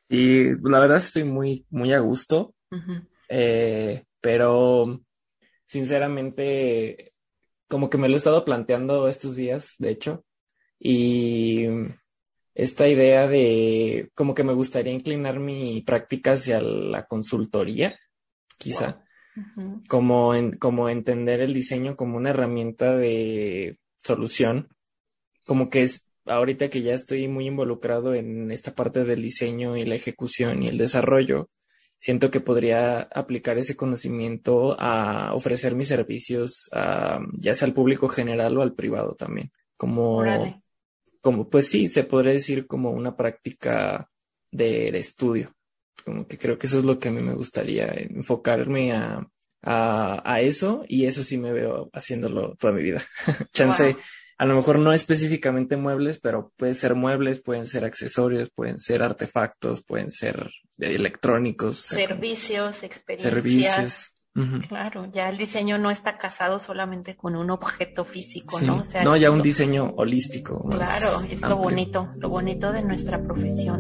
Y la verdad estoy muy, muy a gusto, Ujú. pero sinceramente como que me lo he estado planteando estos días, de hecho, y esta idea de como que me gustaría inclinar mi práctica hacia la consultoría, Wow. quizá, Ujú. como entender el diseño como una herramienta de solución, como que es ahorita que ya estoy muy involucrado en esta parte del diseño y la ejecución y el desarrollo, siento que podría aplicar ese conocimiento a ofrecer mis servicios ya sea al público general o al privado también, Órale. como pues sí, se podría decir como una práctica de estudio. Como que creo que eso es lo que a mí me gustaría, enfocarme a eso, y eso sí me veo haciéndolo toda mi vida. Chance, Wow. a lo mejor no específicamente muebles, pero pueden ser muebles, pueden ser accesorios, pueden ser artefactos, pueden ser electrónicos, o sea, como Servicios, experiencias. servicios. Ujú. Claro, ya el diseño no está casado solamente con un objeto físico, ¿no? Sí, O sea, no, es ya un diseño holístico claro, más es amplio. lo bonito de nuestra profesión.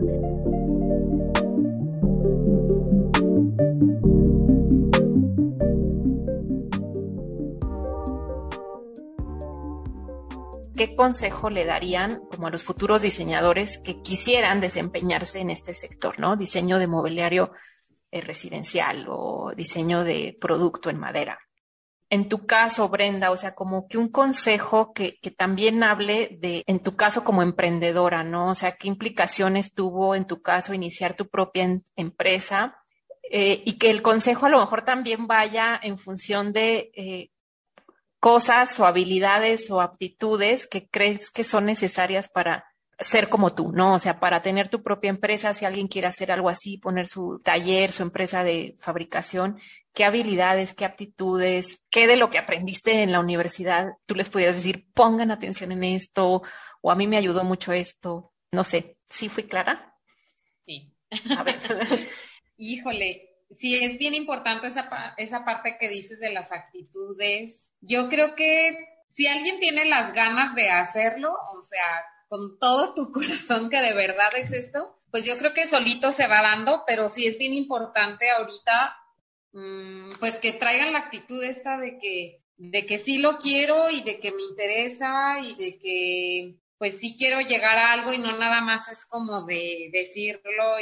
¿Qué consejo le darían como a los futuros diseñadores que quisieran desempeñarse en este sector, ¿no? Diseño de mobiliario residencial o diseño de producto en madera. En tu caso, Brenda, o sea, como que un consejo que también hable de, en tu caso como emprendedora, ¿no? O sea, qué implicaciones tuvo en tu caso iniciar tu propia empresa, y que el consejo a lo mejor también vaya en función de cosas o habilidades o aptitudes que crees que son necesarias para ser como tú, ¿no? O sea, para tener tu propia empresa, si alguien quiere hacer algo así, poner su taller, su empresa de fabricación, qué habilidades, qué aptitudes, qué de lo que aprendiste en la universidad, tú les pudieras decir, pongan atención en esto, o a mí me ayudó mucho esto, no sé, ¿sí fui clara? Sí. A ver. Híjole, sí es bien importante esa parte que dices de las actitudes. Yo creo que si alguien tiene las ganas de hacerlo, o sea, con todo tu corazón que de verdad es esto, pues yo creo que solito se va dando, pero sí es bien importante ahorita, pues que traigan la actitud esta de que sí lo quiero y de que me interesa y de que pues sí quiero llegar a algo y no nada más es como de decirlo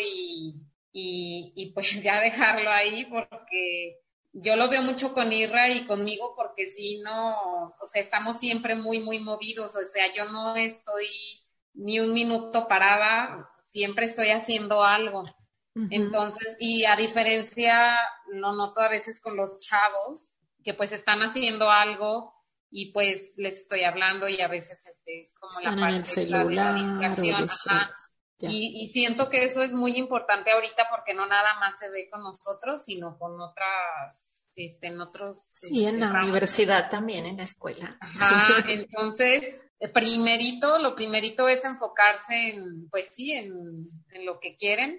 y pues ya dejarlo ahí porque yo lo veo mucho con Irra y conmigo porque si no, o sea, estamos siempre muy, muy movidos, o sea, yo no estoy ni un minuto parada, siempre estoy haciendo algo. Ujú. Entonces, y a diferencia, lo noto a veces con los chavos, que pues están haciendo algo y pues les estoy hablando y a veces es como la Están en el parte esta de la celular o distracción, ajá. distraídos. Ya. Y siento que eso es muy importante ahorita porque no nada más se ve con nosotros, sino con otras, en otros Sí, en la ramos. universidad también, en la escuela. Ajá, entonces, lo primerito es enfocarse en, pues sí, en lo que quieren.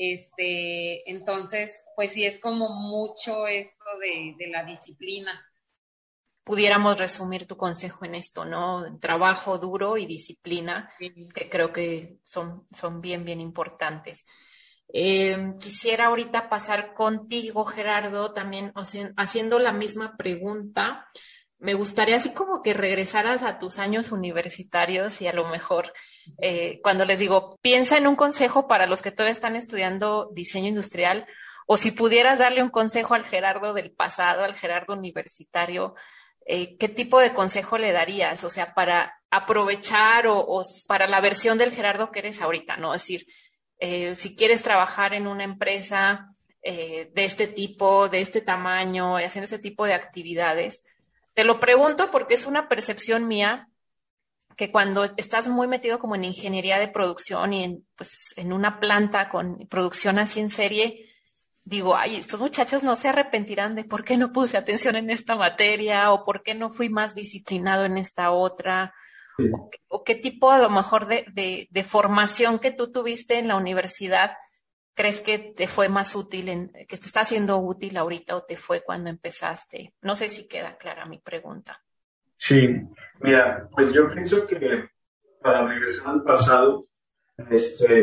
Entonces, pues sí es como mucho esto de la disciplina. Pudiéramos resumir tu consejo en esto, ¿no? Trabajo duro y disciplina, Sí. que creo que son bien, bien importantes. Quisiera ahorita pasar contigo, Gerardo, también haciendo la misma pregunta. Me gustaría así como que regresaras a tus años universitarios y a lo mejor cuando les digo, piensa en un consejo para los que todavía están estudiando diseño industrial, o si pudieras darle un consejo al Gerardo del pasado, al Gerardo universitario, ¿qué tipo de consejo le darías? O sea, para aprovechar o para la versión del Gerardo que eres ahorita, ¿no? Es decir, si quieres trabajar en una empresa de este tipo, de este tamaño, haciendo ese tipo de actividades. Te lo pregunto porque es una percepción mía que cuando estás muy metido como en ingeniería de producción y pues, en una planta con producción así en serie, digo, ay, estos muchachos no se arrepentirán de por qué no puse atención en esta materia o por qué no fui más disciplinado en esta otra, o qué tipo a lo mejor de formación que tú tuviste en la universidad crees que te fue más útil, que te está siendo útil ahorita o te fue cuando empezaste. No sé si queda clara mi pregunta. Sí, mira, pues yo pienso que para regresar al pasado, este,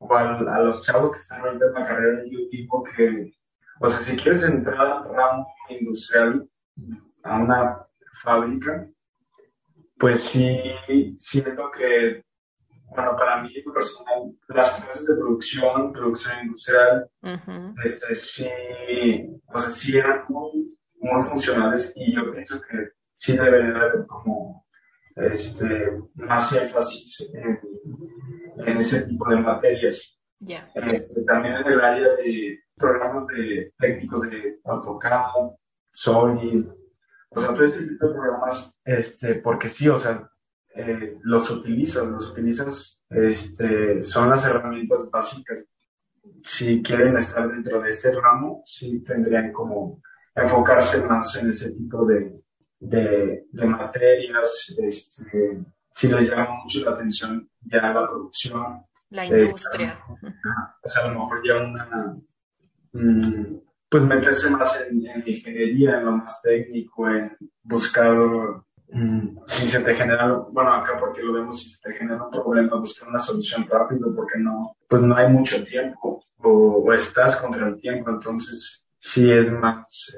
a los chavos que están ahorita en la carrera, yo digo que, o sea, si quieres entrar al ramo industrial, a una fábrica, pues sí, siento que, bueno, para mí personal, las clases de producción industrial, Ujú. sí, o sea, sí eran muy funcionales y yo pienso que sí debería haber como más énfasis en ese tipo de materias. Ya. También en el área de programas de técnicos de AutoCAD, Solid, o sea, todo ese tipo de programas, porque sí, o sea, los utilizas, son las herramientas básicas. Si quieren estar dentro de este ramo, sí tendrían como enfocarse más en ese tipo de materias, si les llama mucho la atención ya la producción, La este, industria. o sea, a lo mejor ya mm, pues meterse más en ingeniería, en lo más técnico, en buscar, si se te genera, bueno, acá porque lo vemos, si se te genera un problema, buscar una solución rápido, porque no, pues no hay mucho tiempo, o estás contra el tiempo, entonces sí es más,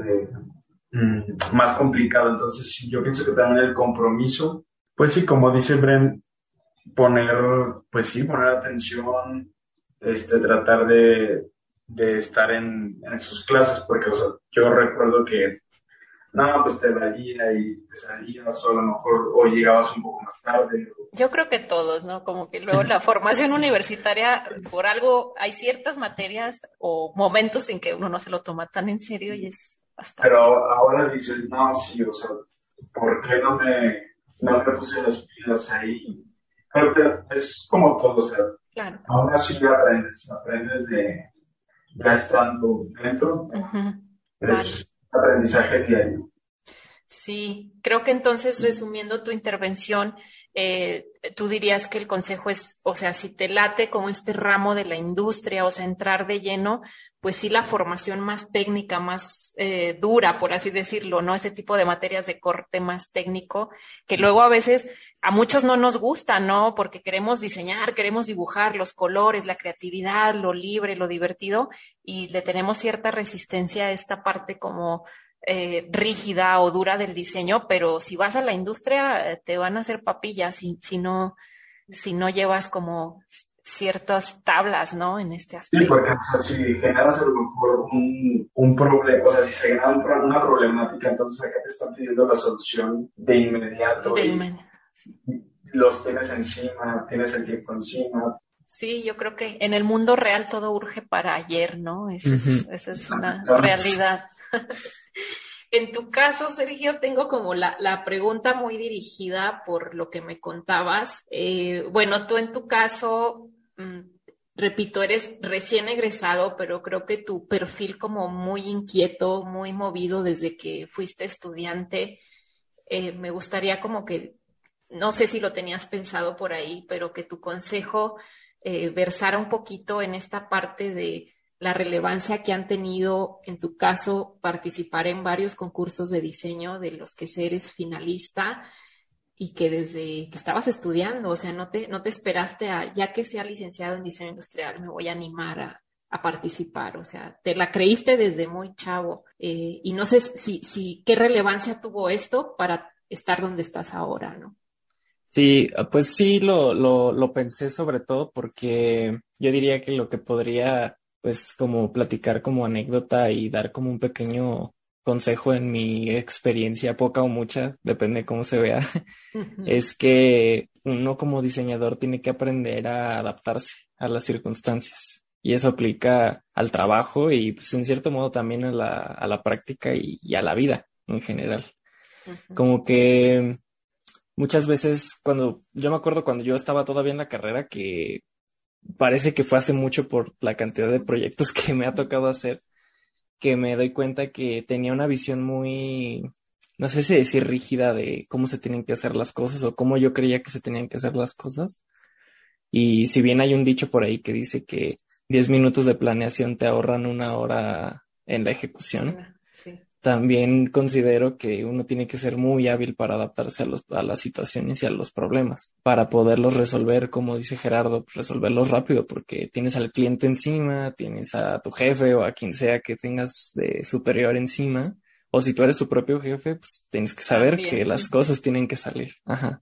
más complicado. Entonces, sí, yo pienso que también el compromiso, pues sí, como dice Bren, poner, pues sí, poner atención, tratar de estar en sus clases, porque, o sea, yo recuerdo que, no, pues te valía y te salías, o a lo mejor, o llegabas un poco más tarde. Yo creo que todos, ¿no? Como que luego la formación universitaria, por algo, hay ciertas materias o momentos en que uno no se lo toma tan en serio y es Pero bastante. ahora dices, no, sí, o sea, ¿por qué no me puse las pilas ahí? Creo que es como todo, o sea, Claro. aún así aprendes de ya estando dentro, Ujú. Vale. es aprendizaje diario. Sí, creo que entonces, resumiendo tu intervención, tú dirías que el consejo es, o sea, si te late como este ramo de la industria, o sea, entrar de lleno, pues sí la formación más técnica, más dura, por así decirlo, ¿no? Este tipo de materias de corte más técnico, que luego a veces a muchos no nos gusta, ¿no? Porque queremos diseñar, queremos dibujar los colores, la creatividad, lo libre, lo divertido, y le tenemos cierta resistencia a esta parte como rígida o dura del diseño, pero si vas a la industria te van a hacer papillas si no llevas como ciertas tablas, ¿no? En este Sí, aspecto. porque o sea, si generas a lo mejor un problema, o sea, si se genera una problemática, entonces acá te están pidiendo la solución de inmediato De y inmediato. Sí. los tienes encima, tienes el tiempo encima. Sí, yo creo que en el mundo real todo urge para ayer, ¿no? Ujú. Esa es una realidad. En tu caso, Sergio, tengo como la pregunta muy dirigida por lo que me contabas. Bueno, tú en tu caso, repito, eres recién egresado, pero creo que tu perfil como muy inquieto, muy movido desde que fuiste estudiante, me gustaría como que, no sé si lo tenías pensado por ahí, pero que tu consejo versara un poquito en esta parte de la relevancia que han tenido, en tu caso, participar en varios concursos de diseño de los que eres finalista y que desde que estabas estudiando, o sea, no te esperaste a, ya que sea licenciado en diseño industrial, me voy a animar a participar, o sea, te la creíste desde muy chavo y no sé qué relevancia tuvo esto para estar donde estás ahora, ¿no? Sí, pues sí, lo pensé sobre todo porque yo diría que lo que podría, pues, como platicar como anécdota y dar como un pequeño consejo en mi experiencia, poca o mucha, depende de cómo se vea, Ujú. es que uno como diseñador tiene que aprender a adaptarse a las circunstancias. Y eso aplica al trabajo y, pues, en cierto modo también a a la práctica y a la vida en general. Ujú. Como que muchas veces yo me acuerdo cuando yo estaba todavía en la carrera que parece que fue hace mucho por la cantidad de proyectos que me ha tocado hacer, que me doy cuenta que tenía una visión muy, no sé si decir rígida de cómo se tienen que hacer las cosas o cómo yo creía que se tenían que hacer las cosas. Y si bien hay un dicho por ahí que dice que 10 minutos de planeación te ahorran una hora en la ejecución, Sí. también considero que uno tiene que ser muy hábil para adaptarse a las situaciones y a los problemas, para poderlos resolver, como dice Gerardo, resolverlos rápido, porque tienes al cliente encima, tienes a tu jefe o a quien sea que tengas de superior encima, o si tú eres tu propio jefe, pues tienes que saber También. que las cosas tienen que salir. Ajá.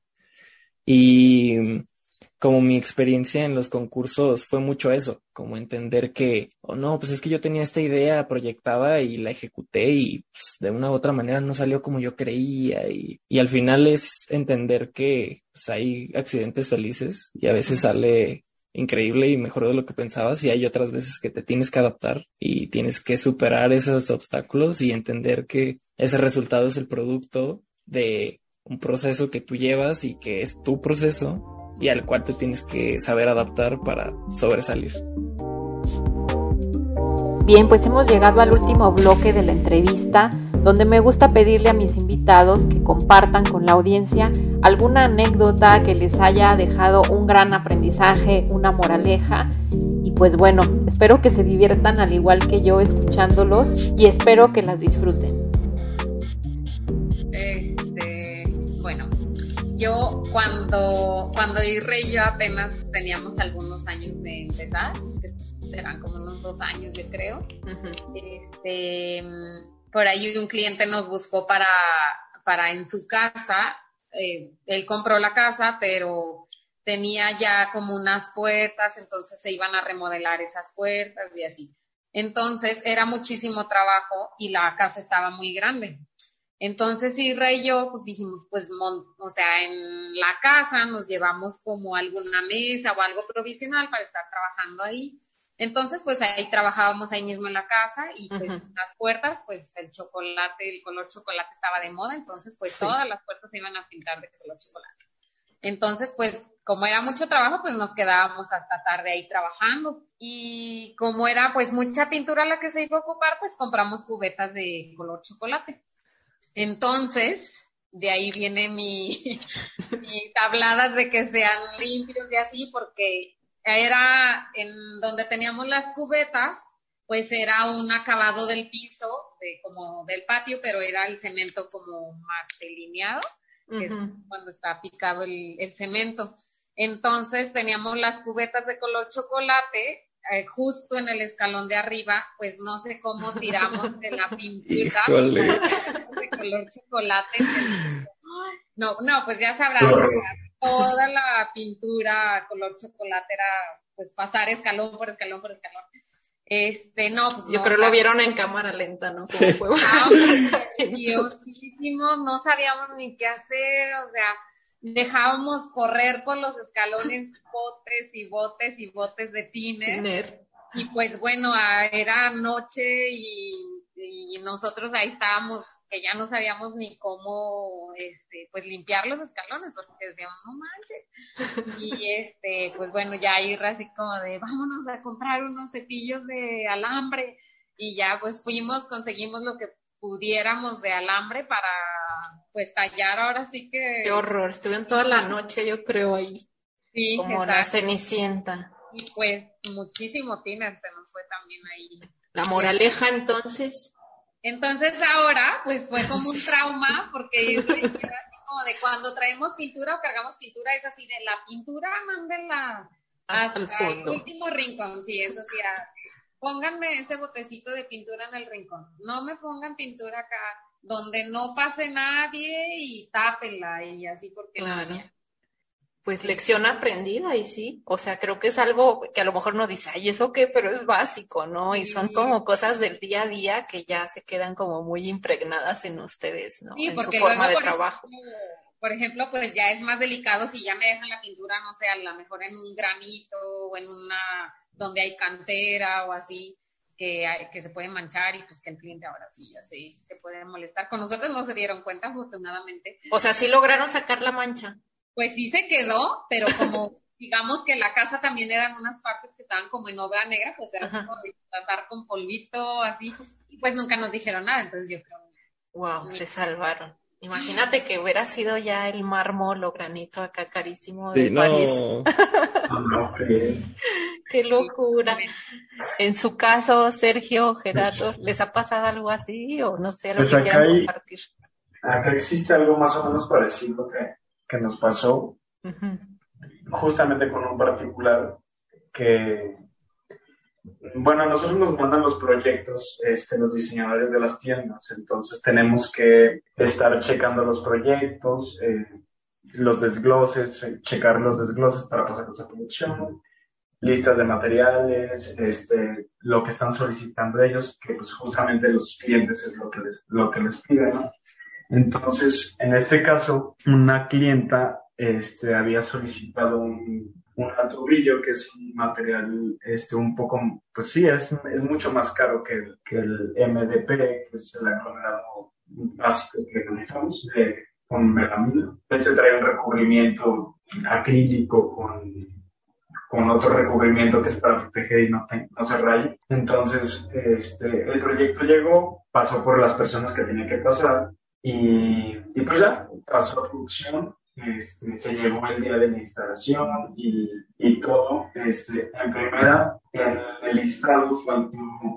Y como mi experiencia en los concursos fue mucho eso, como entender que, oh no, pues es que yo tenía esta idea proyectada y la ejecuté y pues, de una u otra manera no salió como yo creía y al final es entender que pues, hay accidentes felices y a veces sale increíble y mejor de lo que pensabas y hay otras veces que te tienes que adaptar y tienes que superar esos obstáculos y entender que ese resultado es el producto de un proceso que tú llevas y que es tu proceso y al cual te tienes que saber adaptar para sobresalir. Bien, pues hemos llegado al último bloque de la entrevista, donde me gusta pedirle a mis invitados que compartan con la audiencia alguna anécdota que les haya dejado un gran aprendizaje, una moraleja. Y pues bueno, espero que se diviertan al igual que yo escuchándolos y espero que las disfruten. Bueno, yo cuando Irra y yo apenas teníamos algunos años de empezar, que serán como unos 2 años yo creo, por ahí un cliente nos buscó para en su casa, él compró la casa, pero tenía ya como unas puertas, entonces se iban a remodelar esas puertas y así. Entonces era muchísimo trabajo y la casa estaba muy grande. Entonces Irra y yo pues dijimos, pues, o sea, en la casa nos llevamos como alguna mesa o algo provisional para estar trabajando ahí. Entonces, pues ahí trabajábamos ahí mismo en la casa y pues las puertas, pues el color chocolate estaba de moda, entonces pues todas las puertas se iban a pintar de color chocolate. Entonces, pues como era mucho trabajo, pues nos quedábamos hasta tarde ahí trabajando. Y como era pues mucha pintura la que se iba a ocupar, pues compramos cubetas de color chocolate. Entonces, de ahí viene mis tabladas de que sean limpios y así, porque era en donde teníamos las cubetas, pues era un acabado del piso, como del patio, pero era el cemento como martelineado, que es cuando está picado el cemento. Entonces teníamos las cubetas de color chocolate, justo en el escalón de arriba, pues no sé cómo tiramos de la pintura de color chocolate. No, pues ya sabrán, o sea, toda la pintura color chocolate era pues pasar escalón por escalón por escalón. No, pues yo no, creo lo vieron en cámara lenta, ¿no? ¿Cómo fue? Nerviosísimos, no sabíamos ni qué hacer, o sea, dejábamos correr por los escalones botes y botes y botes de tiner. Y pues bueno, era noche y nosotros ahí estábamos, que ya no sabíamos ni cómo pues limpiar los escalones, porque decíamos, no manches. Y pues bueno, ya Irra así como de vámonos a comprar unos cepillos de alambre, y ya pues conseguimos lo que pudiéramos de alambre para pues tallar. Ahora sí que... Qué horror, estuvieron toda la noche yo creo ahí, sí, como exacto. La Cenicienta. Y pues muchísimo tiner se nos fue también ahí. La moraleja entonces ahora pues fue como un trauma, porque es así como de cuando traemos pintura o cargamos pintura, es así de la pintura, mándenla hasta el último rincón. Sí, eso sí, pónganme ese botecito de pintura en el rincón, no me pongan pintura acá donde no pase nadie y tápenla y así, porque claro. Pues lección aprendida, y sí, o sea, creo que es algo que a lo mejor no dice, ay, ¿eso qué? Pero es básico, ¿no? Y son como cosas del día a día que ya se quedan como muy impregnadas en ustedes, ¿no? Sí, en porque su forma luego, de trabajo. Por ejemplo, pues ya es más delicado si ya me dejan la pintura, no sé, a lo mejor en un granito o en donde hay cantera o así, que se puede manchar, y pues que el cliente ahora sí ya se puede molestar. Con nosotros no se dieron cuenta, afortunadamente. O sea, ¿sí lograron sacar la mancha? Pues sí se quedó, pero como digamos que la casa también eran unas partes que estaban como en obra negra, pues era como de pasar con polvito, así, y pues nunca nos dijeron nada, entonces yo creo... Wow, se salvaron. Imagínate que hubiera sido ya el mármol o granito acá carísimo de París. Qué locura. En su caso, Sergio, Gerardo, ¿les ha pasado algo así o no sé, algo Pues que quieran compartir? acá existe algo más o menos parecido que nos pasó Ujú. justamente con un particular que, bueno, a nosotros nos mandan los proyectos, los diseñadores de las tiendas, entonces tenemos que estar checando los proyectos, los desgloses, checar los desgloses para pasarlos a producción, listas de materiales, lo que están solicitando ellos, que pues justamente los clientes es lo que les piden, ¿no? Entonces, en este caso, una clienta, había solicitado un aturillo, que es un material, un poco, pues sí, es mucho más caro que el MDP, que es el aglomerado básico que manejamos, con melamina. Este trae un recubrimiento acrílico con otro recubrimiento que es para proteger y no se raye. Entonces, el proyecto llegó, pasó por las personas que tenía que pasar y pues ya, pasó a producción. Se llegó el día de la instalación y todo. En primera, en el listado faltó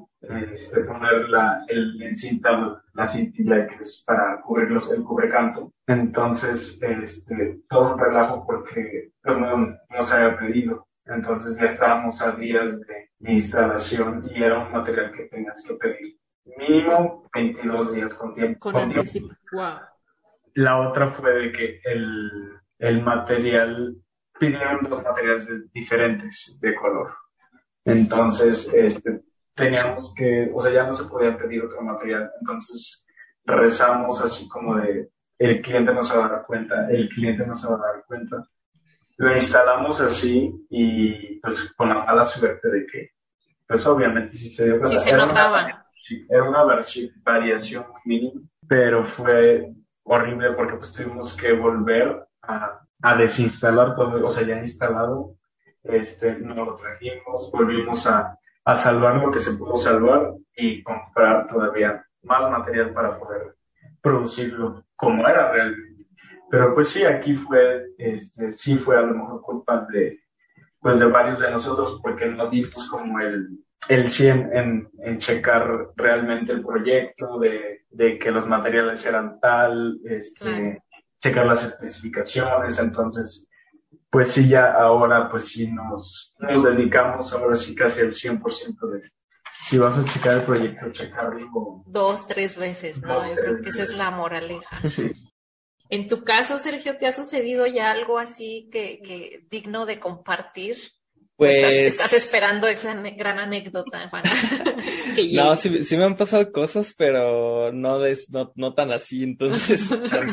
poner el encintado, la cintilla que es para cubrir el cubrecanto. Entonces, todo un relajo porque pues, no se había pedido. Entonces ya estábamos a días de instalación y era un material que tenías que pedir mínimo 22 días con tiempo. Con anticipo. Wow. La otra fue de que el material, pidieron dos materiales diferentes de color. Entonces, teníamos que, o sea, ya no se podía pedir otro material. Entonces, rezamos así como de, el cliente no se va a dar cuenta, el cliente no se va a dar cuenta. Lo instalamos así y pues con la mala suerte de que, pues obviamente sí se dio cuenta. Sí se notaba. Era una variación muy mínima, pero fue horrible porque pues tuvimos que volver a desinstalar todo, o sea, ya instalado, no lo trajimos, volvimos a salvar lo que se pudo salvar y comprar todavía más material para poder producirlo como era realmente. Pero pues sí, aquí sí fue a lo mejor culpa de varios de nosotros porque no dimos como el 100 en checar realmente el proyecto, de que los materiales eran tal, Claro. checar las especificaciones. Entonces, pues sí, ya ahora pues sí nos dedicamos ahora sí casi al 100% de si vas a checar el proyecto, checarlo 2, 3 veces, ¿no? Yo creo que esa es la moraleja. En tu caso, Sergio, ¿te ha sucedido ya algo así que digno de compartir? Pues... ¿Estás esperando esa gran anécdota para que llegue? No, sí me han pasado cosas, pero no tan así, entonces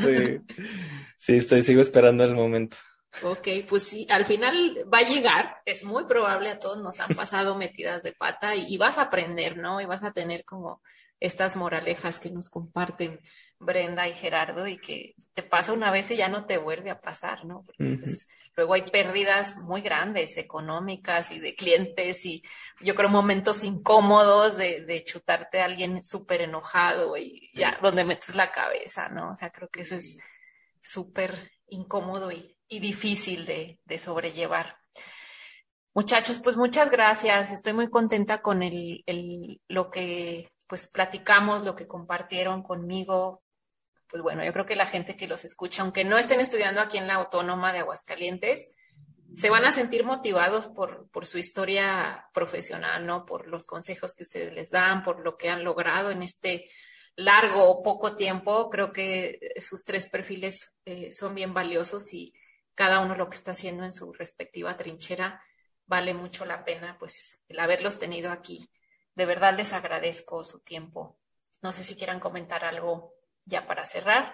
sí, sigo esperando el momento. Ok, pues sí, al final va a llegar, es muy probable, a todos nos han pasado metidas de pata y vas a aprender, ¿no? Y vas a tener como estas moralejas que nos comparten Brenda y Gerardo y que te pasa una vez y ya no te vuelve a pasar, ¿no? Porque pues, luego hay pérdidas muy grandes, económicas y de clientes y yo creo momentos incómodos de chutarte a alguien súper enojado y ya donde metes la cabeza, ¿no? O sea, creo que eso es súper incómodo y difícil de sobrellevar. Muchachos, pues muchas gracias. Estoy muy contenta con lo que pues platicamos, lo que compartieron conmigo. Pues bueno, yo creo que la gente que los escucha, aunque no estén estudiando aquí en la Autónoma de Aguascalientes, se van a sentir motivados por su historia profesional, ¿no? Por los consejos que ustedes les dan, por lo que han logrado en este largo o poco tiempo. Creo que sus 3 perfiles son bien valiosos y cada uno lo que está haciendo en su respectiva trinchera vale mucho la pena, pues, el haberlos tenido aquí. De verdad les agradezco su tiempo. No sé si quieran comentar algo ya para cerrar.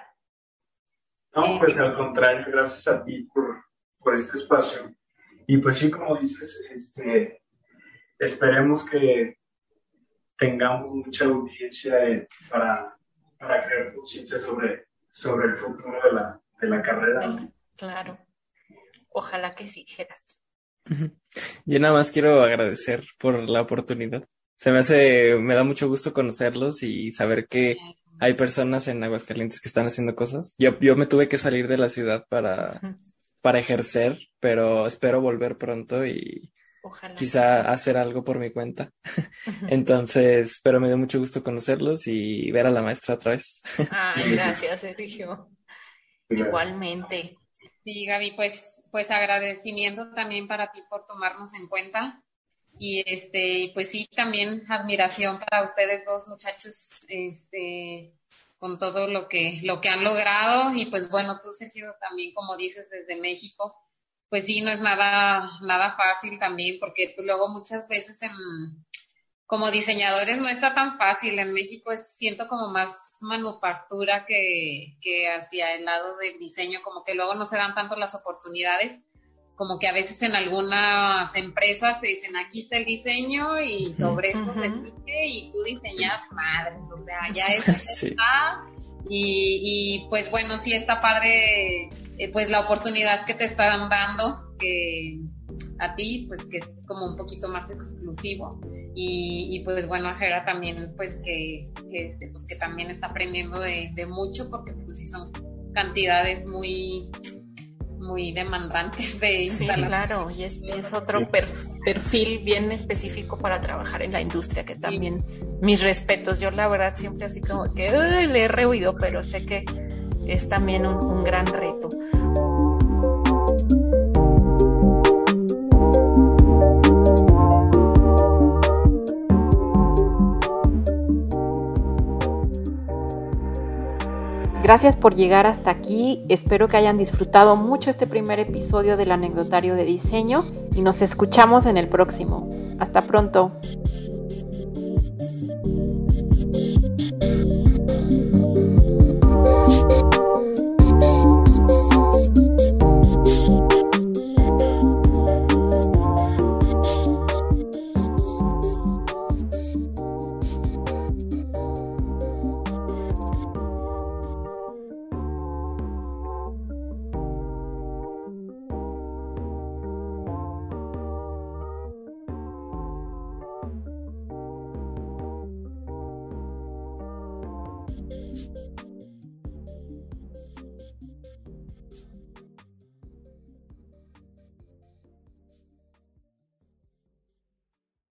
No, pues al contrario, gracias a ti por este espacio. Y pues sí, como dices, esperemos que tengamos mucha audiencia para crear conciencia sobre el futuro de la carrera. Claro. Ojalá que sí, Geras. Yo nada más quiero agradecer por la oportunidad. Me da mucho gusto conocerlos y saber que hay personas en Aguascalientes que están haciendo cosas. Yo me tuve que salir de la ciudad para ejercer, pero espero volver pronto y Ojalá. quizá hacer algo por mi cuenta. Entonces, pero me dio mucho gusto conocerlos y ver a la maestra otra vez. Ay, gracias, Sergio. Igualmente. Sí, Gaby, pues agradecimiento también para ti por tomarnos en cuenta. Y pues sí, también admiración para ustedes dos muchachos, con todo lo que han logrado. Y pues bueno, tú, Sergio, también como dices, desde México, pues sí, no es nada fácil también, porque pues luego muchas veces como diseñadores no está tan fácil. En México siento como más manufactura que hacia el lado del diseño, como que luego no se dan tanto las oportunidades, como que a veces en algunas empresas te dicen, aquí está el diseño y sobre esto se sigue y tú diseñas, madres, o sea, ya eso Sí. está. Y pues bueno, sí está padre, pues la oportunidad que te están dando, que a ti, pues que es como un poquito más exclusivo. Y pues bueno, a Jera también, pues pues que también está aprendiendo de mucho, porque pues sí son cantidades muy demandantes de Sí, instalar. claro, y es otro perfil bien específico para trabajar en la industria, que también mis respetos. Yo la verdad siempre así como que le he rehuido, pero sé que es también un gran reto. Gracias por llegar hasta aquí. Espero que hayan disfrutado mucho este primer episodio del Anecdotario de Diseño y nos escuchamos en el próximo. Hasta pronto.